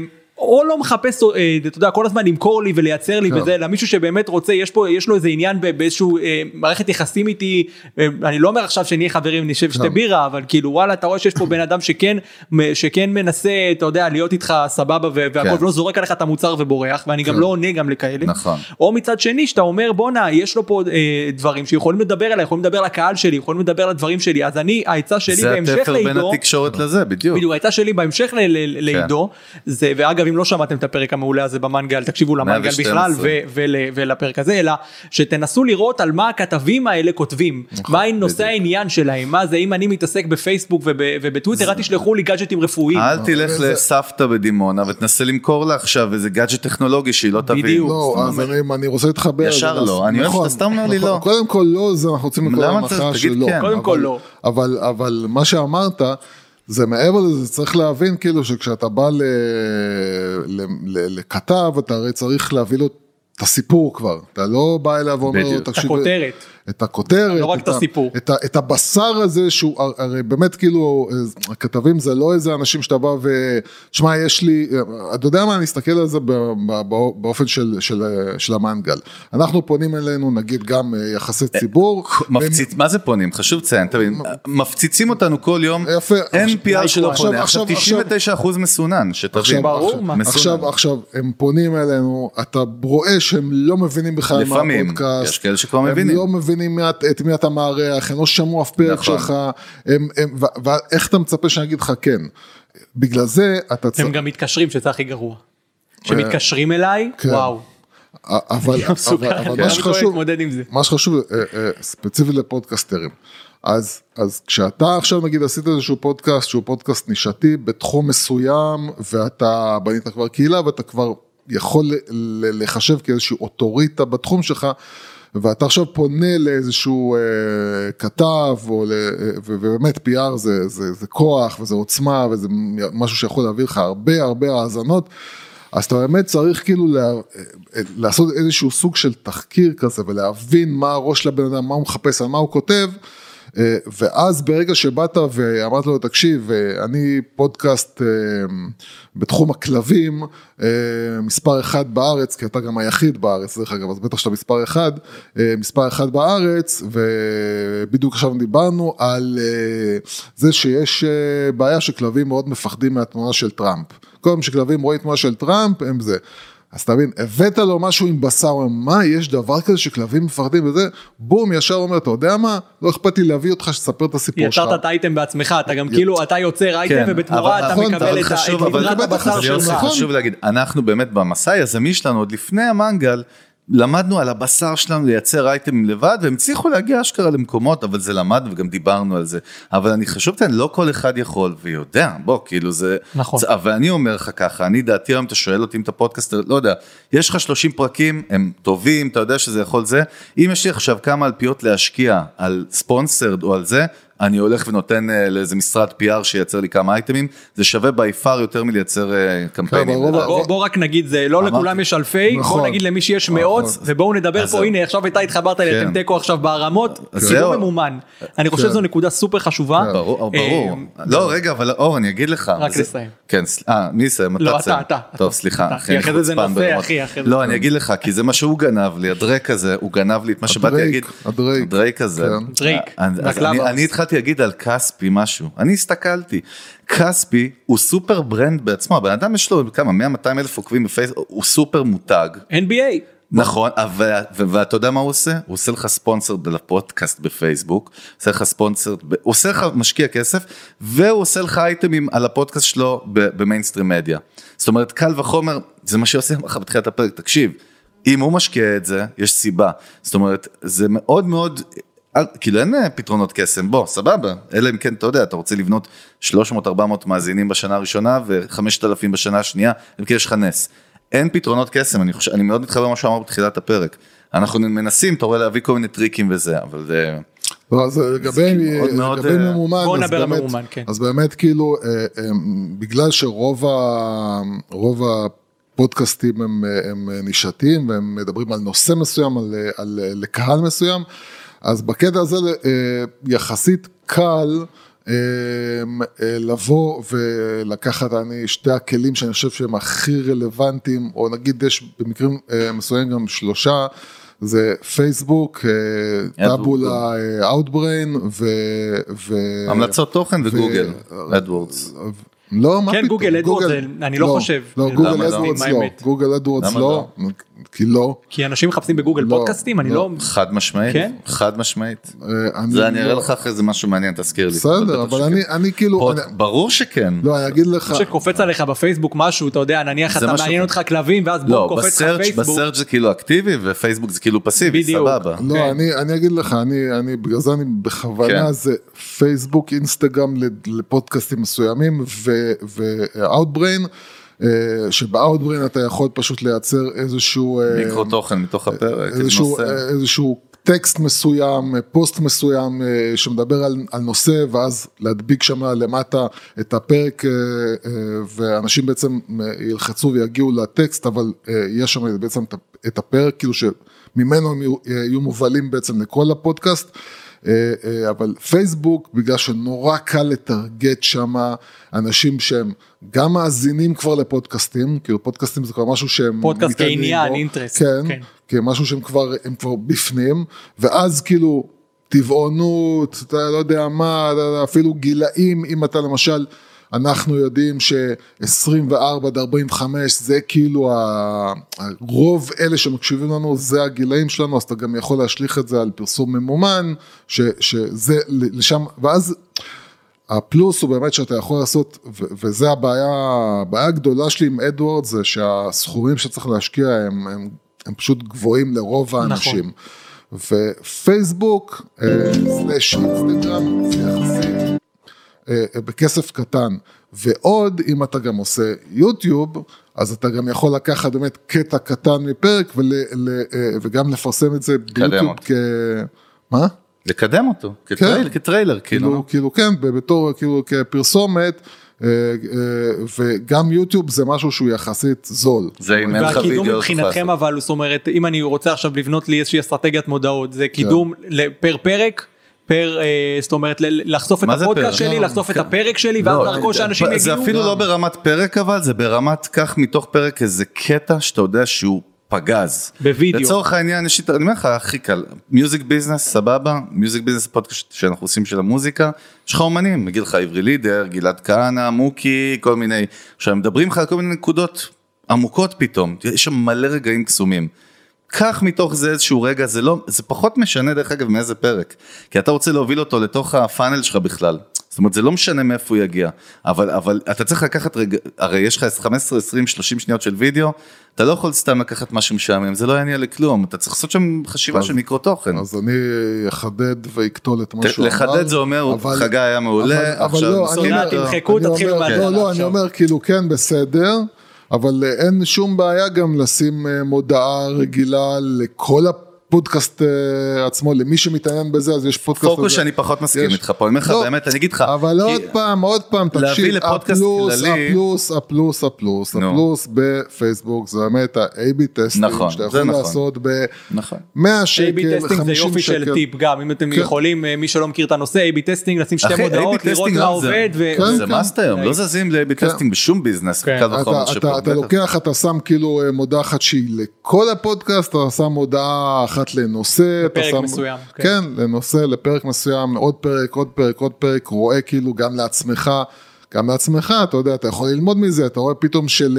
S1: או לא מחפש, אתה יודע, כל הזמן למכור לי ולייצר לי וזה, אלא מישהו שבאמת רוצה, יש לו איזה עניין באיזשהו מערכת יחסים איתי, אני לא אומר עכשיו שנהיה חברים, נשב שתי בירה, אבל כאילו וואלה, אתה רואה שיש פה בן אדם שכן מנסה, אתה יודע, להיות איתך סבבה והכל, לא זורק עליך את המוצר ובורח, ואני גם לא עונה גם לכאלה. או מצד שני, שאתה אומר, בונה, יש לו פה דברים שיכולים לדבר אליי, יכולים לדבר לקהל שלי, יכולים לדבר לדברים שלי, אז אני, העצה שלי בהמשך לעידו,
S4: זה התפר בין התקשורת לזה, בדיוק.
S1: העצה שלי בהמשך לעידו, זה, ואגב, אם לא שמעתם את הפרק המעולה הזה במנגל, תקשיבו למנגל בכלל ולפרק הזה, אלא שתנסו לראות על מה הכתבים האלה כותבים, מה נושא העניין שלהם, מה זה, אם אני מתעסק בפייסבוק ובטוויטר, אל תשלחו לי גאדג'טים רפואיים.
S4: אל תלך לסבתא בדימונה ותנסה למכור לה עכשיו איזה גאדג'ט טכנולוגי שהיא לא תבין.
S5: לא, אז אני רוצה להתחבר.
S4: ישר לא, אני אוהב שאתה סתם אומר לי לא.
S5: קודם כל לא, זה אנחנו רוצים לקרוא למחאה שלא.
S1: קודם כל לא.
S5: אבל מה שאמרת, זה מעבר לזה, צריך להבין כאילו שכשאתה בא לכתב, אתה הרי צריך להביא לו את הסיפור כבר, אתה לא בא אליו ואומר לו,
S1: תקשיב, את
S5: הכותרת,
S1: לא רק את הסיפור.
S5: את הבשר הזה, שהוא הרי באמת כאילו, הכתבים זה לא איזה אנשים שאתה בא ושמע, יש לי, אתה יודע מה, אני אסתכל על זה באופן של המנגל. אנחנו פונים אלינו, נגיד גם יחסי ציבור.
S4: מה זה פונים? חשוב ציין, מפציצים אותנו כל יום, אין PR שלא פונה, עכשיו 99% מסונן, שתבין.
S5: עכשיו, הם פונים אלינו, אתה רואה שהם לא מבינים בכלל מה הפודקאסט.
S4: לפעמים, יש כאלה שכבר מבינים.
S5: הם לא מבינים את מי אתה מערך, הם לא שמעו אף פרק שלך, ואיך אתה מצפה שאני אגיד לך כן? בגלל זה אתה צריך...
S1: הם גם מתקשרים, שזה הכי גרוע. שמתקשרים אליי, וואו.
S5: אבל מה שחשוב, ספציפית לפודקאסטרים, אז כשאתה עכשיו נגיד עשית איזשהו פודקאסט, שהוא פודקאסט נישתי בתחום מסוים, ואתה בנית כבר קהילה, ואתה כבר יכול לחשב כאיזושהי אוטוריטה בתחום שלך, ואתה עכשיו פונה לאיזשהו כתב, ובאמת PR זה כוח, וזה עוצמה, וזה משהו שיכול להביא לך הרבה האזנות, אז אתה באמת צריך כאילו לעשות איזשהו סוג של תחקיר כזה, ולהבין מה הראש לבן אדם, מה הוא מחפש, על מה הוא כותב, ואז ברגע שבאת ואמרת לו, תקשיב, אני פודקאסט בתחום הכלבים, מספר אחד בארץ, כי אתה גם היחיד בארץ, דרך אגב, אז בטח שאתה מספר אחד בארץ, ובדיוק עכשיו דיברנו על זה שיש בעיה שכלבים מאוד מפחדים מהתמונה של טראמפ. כל פעם שכלבים רואים תמונה של טראמפ, הם זה. אז תבין, הבאת לו משהו עם בשר, מה, יש דבר כזה שכלבים מפחדים וזה, בום, ישר אומר, אתה יודע מה? לא אכפת לי להביא אותך שתספר את הסיפור שלך.
S1: יצרת את האייטם בעצמך, אתה גם כאילו, אתה יוצר אייטם, ובתמורה אתה מקבל את דברת הבשר שלך.
S4: חשוב להגיד, אנחנו באמת במסע היזמי שלנו, עוד לפני המנגל, למדנו על הבשר שלנו לייצר אייטמים לבד, והם הצליחו להגיע אשכרה למקומות, אבל זה למד וגם דיברנו על זה. אבל אני חשוב, לא כל אחד יכול ויודע, בוא, כאילו זה...
S1: נכון.
S4: אבל אני אומר לך ככה, אני דעתי היום, אתה שואל אותי אם אתה פודקאסטר, לא יודע, יש לך 30 פרקים, הם טובים, אתה יודע שזה יכול זה. אם יש לי עכשיו כמה אלפיות להשקיע על ספונסרד או על זה, אני הולך ונותן לאיזה משרד PR שייצר לי כמה אייטמים, זה שווה ביפר יותר מלייצר קמפיינים.
S1: בוא רק נגיד, זה לא לכולם יש אלפי, בוא נגיד למי שיש מאות, ובואו נדבר פה, הנה עכשיו אתה התחברת אתם תקו עכשיו ברמות, זה לא ממומן. אני חושב שזו נקודה סופר חשובה.
S4: ברור. לא, רגע, אבל אור, אני אגיד לך.
S1: רק לסיים.
S4: כן, מי יסיים?
S1: לא, אתה.
S4: טוב, סליחה.
S1: אחרי זה נושא, אחי.
S4: לא, אני אגיד לך, כי זה מה שהוא גנב לי, הדרייק הזה, הוא גנב לי את מה שבאתי להגיד. הדרייק הזה. אני התחלתי להגיד על קספי משהו, אני הסתכלתי, קספי הוא סופר ברנד בעצמו, הבן אדם יש לו כמה, 100-200 אלף עוקבים בפייסבוק, הוא סופר מותג.
S1: NBA.
S4: נכון, ואתה יודע מה הוא עושה? הוא עושה לך ספונסר לפודקאסט בפייסבוק, עושה לך ספונסר, הוא עושה לך משקיע כסף, והוא עושה לך אייטמים על הפודקאסט שלו במיינסטרים מדיה. זאת אומרת, קל וחומר, זה מה שעושה לך בתחילת הפרק, תקשיב, אם הוא משקיע את זה, יש סיבה. זאת אומרת, זה מאוד מאוד... כאילו אין פתרונות קסם, בוא, סבבה, אלא אם כן, אתה יודע, אתה רוצה לבנות 300-400 מאזינים בשנה הראשונה, ו5,000 בשנה השנייה, אם כן יש לך נס. אין פתרונות קסם, אני מאוד מתחבר מה שאמר בתחילת הפרק. אנחנו מנסים, אתה רואה להביא כל מיני טריקים וזה, אבל זה...
S5: לא, אז לגבי ממומן,
S1: בואו נדבר על ממומן, כן.
S5: אז באמת כאילו, בגלל שרוב הפודקאסטים הם נישתיים, והם מדברים על נושא מסוים, לקהל מסוים, אז בקטע הזה יחסית קל לבוא ולקחת שתי הכלים שאני חושב שהם הכי רלוונטיים, או נגיד יש במקרים מסוימים גם 3, זה פייסבוק, טאבולה, Outbrain
S4: המלצות תוכן וגוגל, אדוורדס.
S5: לא, מה
S1: כן, גוגל אדוורדס, אני לא חושב.
S5: לא, גוגל אדוורדס לא. גוגל אדוורדס לא. כי לא.
S1: כי אנשים מחפשים בגוגל פודקאסטים, אני לא...
S4: חד משמעית, חד משמעית. זה אני אראה לך אחרי זה משהו מעניין, תזכיר לי.
S5: בסדר, אבל אני כאילו...
S4: ברור שכן.
S5: לא, אני אגיד לך...
S1: שקופץ עליך בפייסבוק משהו, אתה יודע, נניח אתה מעניין אותך כלבים, ואז בוא קופץ לך פייסבוק.
S4: בסרצ' זה כאילו אקטיבי, ופייסבוק זה כאילו פסיבי, סבבה.
S5: לא, אני אגיד לך, בגלל זה אני בכוונה, זה פייסבוק, אינסטגרם לפודקאסטים מסוימים, ו-Outbrain, שב-Outbrain אתה יכול פשוט לייצר איזשהו...
S4: מיקרו תוכן מתוך הפרק,
S5: איזשהו טקסט מסוים, פוסט מסוים שמדבר על נושא, ואז להדביק שם למטה את הפרק, ואנשים בעצם ילחצו ויגיעו לטקסט, אבל יש שם בעצם את הפרק, כאילו שממנו הם יהיו מובלים בעצם לכל הפודקאסט, אבל פייסבוק, בגלל שנורא קל לטרגט שם אנשים שהם גם מאזינים כבר לפודקאסטים, כאילו פודקאסטים זה כבר משהו שהם...
S1: פודקאסט כעניין, אינטרסט.
S5: כן, כמשהו שהם כבר בפנים, ואז כאילו טבעונות, אתה לא יודע מה, אפילו גילאים, אם אתה למשל, אנחנו יודעים ש-24 עד 45 זה כאילו הרוב אלה שמקשיבים לנו, זה הגילאים שלנו, אז אתה גם יכול להשליך את זה על פרסום ממומן, שזה לשם, ואז הפלוס הוא באמת שאתה יכול לעשות, וזה הבעיה הגדולה שלי עם אדוארד, זה שהסכומים שצריך להשקיע הם פשוט גבוהים לרוב האנשים. ופייסבוק, סלש אינסטגרם, זה יחסית בכסף קטן, ועוד אם אתה גם עושה יוטיוב, אז אתה גם יכול לקחת באמת קטע קטן מפרק, וגם לפרסם את זה ביוטיוב מה?
S4: לקדם אותו, כטריילר, כאילו.
S5: כאילו כן, בתור, כאילו כפרסומת, וגם יוטיוב זה משהו שהוא יחסית זול.
S4: זה אם אין לך וידאו.
S1: והקידום מבחינתכם אבל, זאת אומרת, אם אני רוצה עכשיו לבנות לי איזושהי אסטרטגיית מודעות, זה קידום פר פרק, זאת אומרת, לחשוף את הפודקאסט שלי, לחשוף את הפרק שלי, ואז דרכו שאנשים יגיעו.
S4: זה אפילו לא ברמת פרק אבל, זה ברמת כך מתוך פרק איזה קטע שאתה יודע שהוא פגז.
S1: בווידאו.
S4: לצורך העניין, אני אומר לך, הכי קל, מיוזיק ביזנס, סבבה, מיוזיק ביזנס פודקאסט שאנחנו עושים של המוזיקה, יש לך אומנים, מגיד לך עברי לידר, גלעד כהנא, מוקי, כל מיני, עכשיו מדברים לך על כל מיני נקודות עמוקות פתאום, יש שם מלא רגעים קסומים. כך מתוך זה איזשהו רגע, זה פחות משנה דרך אגב מאיזה פרק, כי אתה רוצה להוביל אותו לתוך הפאנל שלך בכלל, זאת אומרת זה לא משנה מאיפה הוא יגיע, אבל אתה צריך לקחת רגע, הרי יש לך 15, 20, 30 שניות של וידאו, אתה לא יכול סתם לקחת משהו משעמם, זה לא יעניין לכלום, אתה צריך לעשות שם חשיבה של מיקרו תוכן.
S5: אז אני אחדד ויקטול את משהו.
S4: לחדד זה אומר, חגי היה מעולה, עכשיו
S1: תמחקו, תתחילו מהתחלה.
S5: לא, אני אומר כאילו כן בסדר, אבל אין שום בעיה גם לשים מודעה רגילה לכל הפודקאסט עצמו, למי שמתעניין בזה, אז יש פודקאסט הזה.
S4: פוקוס שאני פחות מסכים איתך פה, אני אומר לך, באמת, אני אגיד לך.
S5: אבל עוד פעם, תקשיב, הפלוס בפייסבוק, זה באמת ה-AB טסטינג, שאתה יכול לעשות ב-100 שקל, 50 שקל.
S1: AB טסטינג זה יופי של טיפ גם, אם אתם יכולים, מי שלא מכיר את הנושא, AB טסטינג, לשים שתי מודעות, לראות מה עובד.
S4: זה מאסט היום, לא זזים ל-AB טסטינג בשום ביזנס.
S5: אתה לוקח, אתה שם כאילו מודעה אחת שהיא לכל הפודקאסט, אתה שם מודעה אחת לנושא,
S1: לפרק מסוים.
S5: כן, לנושא, לפרק מסוים, עוד פרק, רואה כאילו גם לעצמך, אתה יודע, אתה יכול ללמוד מזה, אתה רואה פתאום של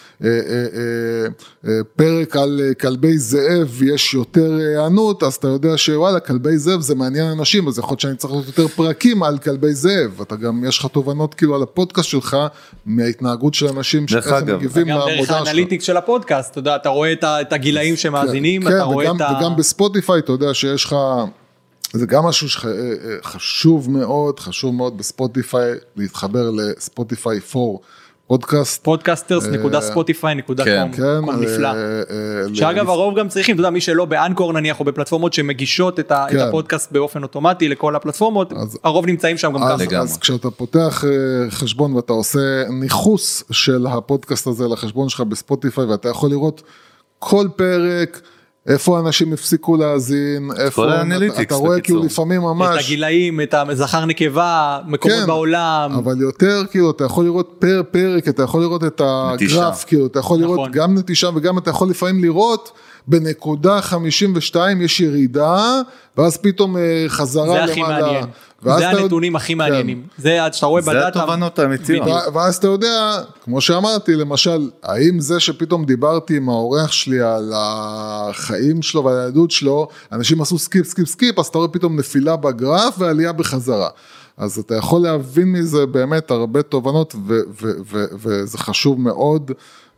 S5: פרק על כלבי זאב, יש יותר הענות, אז אתה יודע שוואלה, כלבי זאב זה מעניין אנשים, אז יכול להיות שאני צריך להיות יותר פרקים על כלבי זאב, אתה גם, יש לך תובנות כאילו על הפודקאסט שלך, מההתנהגות של אנשים, שאיך הם מגיבים
S1: לעבודה שלך. גם דרך האנליטיקס של הפודקאסט, אתה יודע, אתה רואה את הגילאים שמאזינים, אתה רואה את ה...
S5: וגם בספוטיפיי, אתה יודע שיש לך... זה גם משהו שחשוב מאוד בספוטיפיי, להתחבר לספוטיפיי 4 פודקאסט.
S1: podcasters.spotify.com, כל נפלא. שאגב הרוב גם צריכים, אתה יודע, מי שלא באנקור נניח, או בפלטפורמות שמגישות את הפודקאסט באופן אוטומטי לכל הפלטפורמות, הרוב נמצאים שם גם ככה.
S5: אז כשאתה פותח חשבון ואתה עושה ניחוס של הפודקאסט הזה לחשבון שלך בספוטיפיי, ואתה יכול לראות כל פרק, איפה אנשים הפסיקו להאזין,
S4: כל האנליטיקס,
S5: אתה רואה כאילו לפעמים ממש...
S1: את הגילאים, את הזכר נקבה, מקומות בעולם.
S5: אבל יותר כאילו, אתה יכול לראות פר פרק, אתה יכול לראות את הגרף, כאילו, אתה יכול לראות גם נטישה, וגם אתה יכול לפעמים לראות, בנקודה 52 יש ירידה, ואז פתאום חזרה למעלה.
S1: זה הכי מעניין. זה הנתונים הכי מעניינים. זה עד שאתה רואה בדאטה.
S4: זה התובנות האמיתיות.
S5: ואז אתה יודע, כמו שאמרתי, למשל, האם זה שפתאום דיברתי עם האורח שלי על החיים שלו ועל הילדות שלו, אנשים עשו סקיפ, אז אתה רואה פתאום נפילה בגרף ועלייה בחזרה. אז אתה יכול להבין מזה באמת הרבה תובנות, וזה חשוב מאוד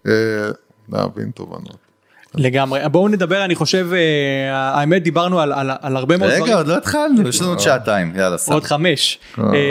S5: להבין תובנות.
S1: לגמרי. בואו נדבר, אני חושב, האמת דיברנו על הרבה מאוד דברים.
S4: רגע, עוד לא התחלנו, יש לנו עוד שעתיים, יאללה, סתם.
S1: עוד 5.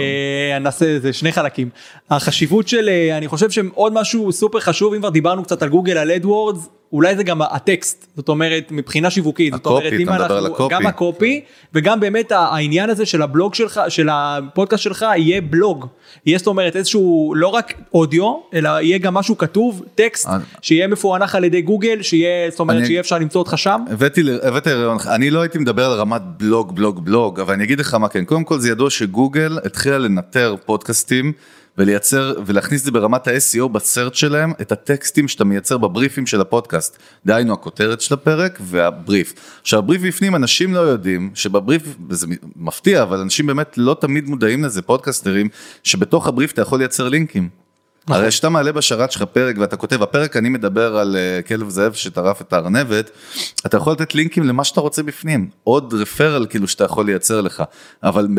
S1: נעשה איזה 2 חלקים. החשיבות של, אני חושב שעוד משהו סופר חשוב, אם כבר דיברנו קצת על גוגל, על אדוורדס, אולי זה גם הטקסט, זאת אומרת, מבחינה שיווקית.
S4: הקופי, אתה מדבר על הקופי.
S1: גם הקופי, וגם באמת העניין הזה של הבלוג שלך, של הפודקאסט שלך, יהיה בלוג. יהיה, זאת אומרת, איזשהו, לא רק אודיו, אלא יהיה גם משהו כתוב, טקסט, שיהיה מפוענח על ידי גוגל, שיהיה, זאת אומרת, שיהיה אפשר למצוא אותך שם.
S4: הבאתי רעיון, אני לא הייתי מדבר על רמת בלוג, אבל אני אגיד לך מה כן. קודם כל זה ידוע שגוגל התחילה לנטר פודקאסטים, ולייצר, ולהכניס את זה ברמת ה-SEO בסרט שלהם, את הטקסטים שאתה מייצר בבריפים של הפודקאסט. דהיינו, הכותרת של הפרק והבריף. עכשיו, הבריף בפנים, אנשים לא יודעים, שבבריף, זה מפתיע, אבל אנשים באמת לא תמיד מודעים לזה, פודקאסטרים, שבתוך הבריף אתה יכול לייצר לינקים. הרי שאתה מעלה בשרת שלך פרק, ואתה כותב, הפרק אני מדבר על כלב זאב שטרף את הארנבת, אתה יכול לתת לינקים למה שאתה רוצה בפנים. עוד רפרל כאילו שאתה יכול לייצר לך. אבל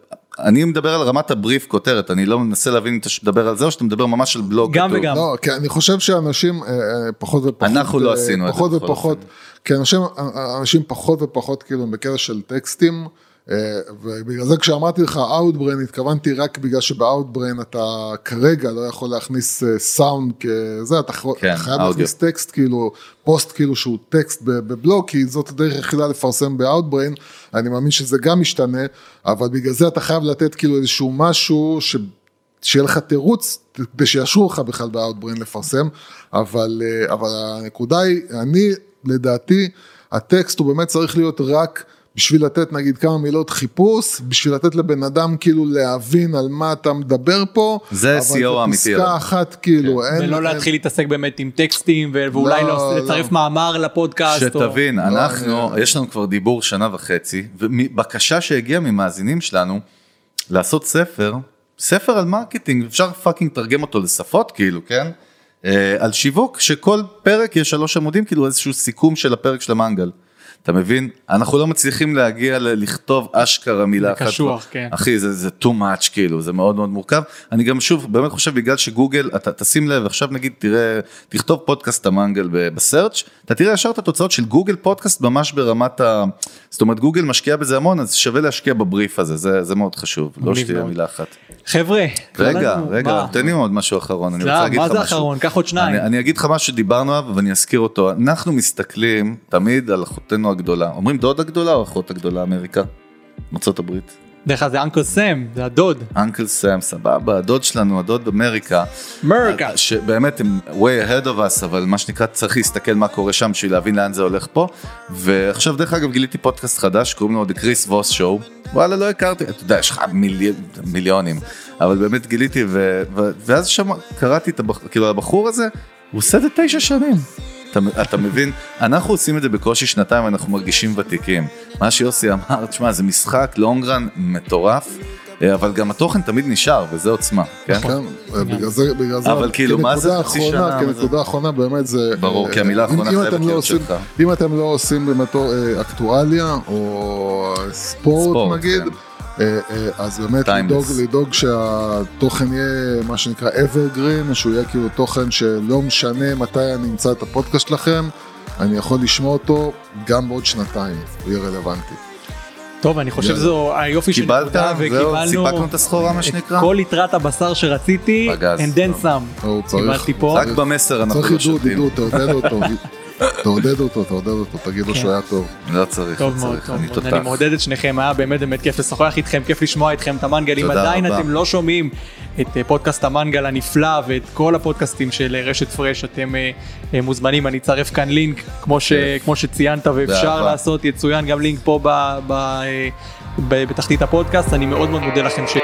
S4: אני מדבר על רמת הבריף כותרת, אני לא מנסה להבין אם אתה מדבר על זה, או שאתה מדבר ממש על בלוג.
S1: גם וגם.
S5: לא, כי אני חושב שאנשים פחות ופחות,
S4: אנחנו לא עשינו את זה.
S5: פחות ופחות, כי אנשים פחות ופחות כאילו בקטע של טקסטים, ובגלל זה כשאמרתי לך Outbrain, התכוונתי רק בגלל שבאוטבריין אתה כרגע לא יכול להכניס סאונד כזה, אתה חייב להכניס טקסט כאילו, פוסט כאילו שהוא טקסט בבלוג, כי זאת הדרך היחידה לפרסם באוטבריין, אני מאמין שזה גם משתנה, אבל בגלל זה אתה חייב לתת כאילו איזשהו משהו שיהיה לך תירוץ, כדי שישרו לך בכלל באוטבריין לפרסם, אבל הנקודה היא, אני לדעתי, הטקסט הוא באמת צריך להיות רק בשביל לתת נגיד כמה מילות חיפוש, בשביל לתת לבן אדם כאילו להבין על מה אתה מדבר פה,
S4: זה SEO אמיתי.
S5: אבל זה פסקה אחת כאילו,
S1: ולא להתחיל להתעסק באמת עם טקסטים, ואולי לצרף מאמר לפודקאסט.
S4: שתבין, יש לנו כבר דיבור 1.5 שנה, ובקשה שהגיעה ממאזינים שלנו, לעשות ספר על מרקטינג, אפשר פאקינג תרגם אותו לשפות כאילו, כן? על שיווק, שכל פרק יש 3 עמודים, כאילו איזשהו סיכום של הפרק של המנגל. אתה מבין? אנחנו לא מצליחים להגיע לכתוב אשכרה מילה אחת.
S1: קשוח, כן.
S4: אחי, זה too much, כאילו, זה מאוד מאוד מורכב. אני גם שוב, באמת חושב, בגלל שגוגל, אתה תשים לב, עכשיו נגיד, תראה, תכתוב פודקאסט המנגל בסרצ', אתה תראה ישר את התוצאות של גוגל פודקאסט ממש ברמת זאת אומרת, גוגל משקיע בזה המון, אז שווה להשקיע בבריף הזה, זה מאוד חשוב, לא שתהיה מילה אחת.
S1: חבר'ה,
S4: רגע, תן לי עוד משהו אחרון, אני רוצה להגיד לך משהו.
S1: מה זה אחרון? קח עוד 2.
S4: אני אגיד לך משהו שדיברנו עליו, ואני אזכיר אותו. אנחנו מסתכלים תמיד על אחותנו הגדולה. אומרים דוד הגדולה או אחות הגדולה, אמריקה? ארצות הברית.
S1: דרך זה אנקל סם, זה הדוד.
S4: אנקל סם, סבבה, הדוד שלנו, הדוד אמריקה. שבאמת הם way ahead of us, אבל מה שנקרא צריך להסתכל מה קורה שם, בשביל להבין לאן זה הולך פה. ועכשיו דרך אגב גיליתי פודקאסט חדש, קוראים לו The Chris Voss Show. וואלה, לא הכרתי, אתה יודע, יש לך מיליונים. אבל באמת גיליתי, ואז שם קראתי כאילו הבחור הזה, הוא עושה את זה 9 שנים. אתה מבין? אנחנו עושים את זה בקושי 2 אנחנו מרגישים ותיקים. מה שיוסי אמר, תשמע, זה משחק לונגרן מטורף, אבל גם התוכן תמיד נשאר, וזה עוצמה, כן?
S5: בגלל זה,
S4: אבל כאילו, מה זה חצי שנה?
S5: כנקודה האחרונה, באמת זה...
S4: ברור, כי המילה האחרונה חייבת להיות שלך.
S5: אם אתם לא עושים באמת אקטואליה, או ספורט נגיד, אז באמת לדאוג שהתוכן יהיה מה שנקרא evergreen, שהוא יהיה כאילו תוכן שלא משנה מתי אני אמצא את הפודקאסט שלכם, אני יכול לשמוע אותו גם בעוד 2, הוא יהיה רלוונטי.
S1: טוב, אני חושב שזו היופי של נקודה, וקיבלנו
S4: סיפקנו את הסחורה, מה שנקרא.
S1: כל יתרת הבשר שרציתי, and then some. קיבלתי פה.
S4: רק במסר אנחנו לא שותים.
S5: צריך עידוד, תעודד אותו. תעודד אותו, תגיד לו שהוא היה טוב.
S4: לא צריך,
S1: טוב מאוד, טוב מאוד. אני מעודד את שניכם, היה באמת כיף לשוחח איתכם, כיף לשמוע איתכם את המנגל. אם עדיין אתם לא שומעים את פודקאסט המנגל הנפלא ואת כל הפודקאסטים של רשת פרש, אתם מוזמנים, אני אצרף כאן לינק, כמו שציינת ואפשר לעשות, יצוין גם לינק פה בתחתית הפודקאסט. אני מאוד מאוד מודה לכם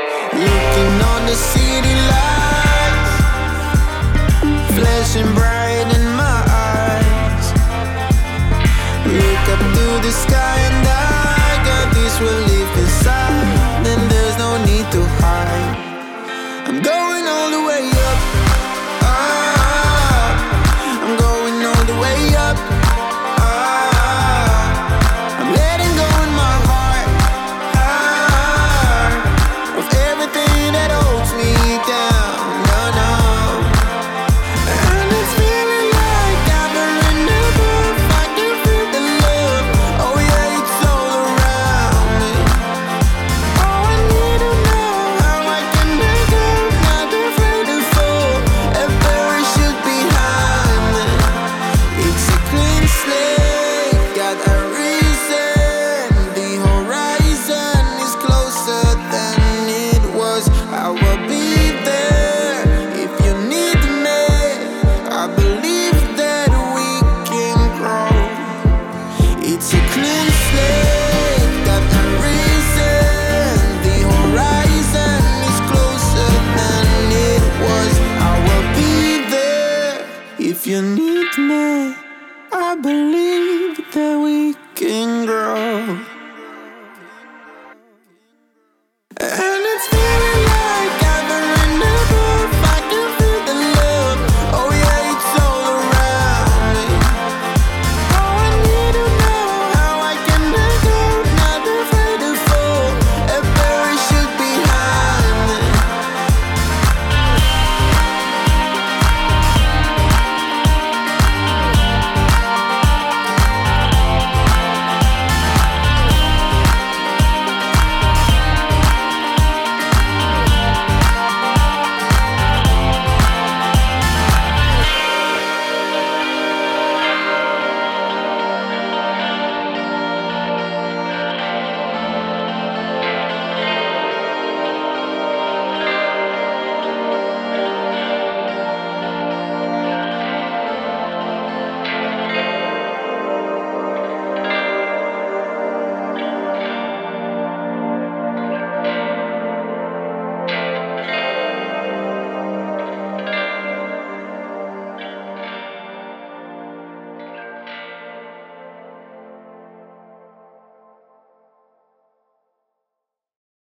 S6: flashing bright in my eyes. Look up to the sky and I got this relief inside. Then there's no need to hide. I'm going all the way up.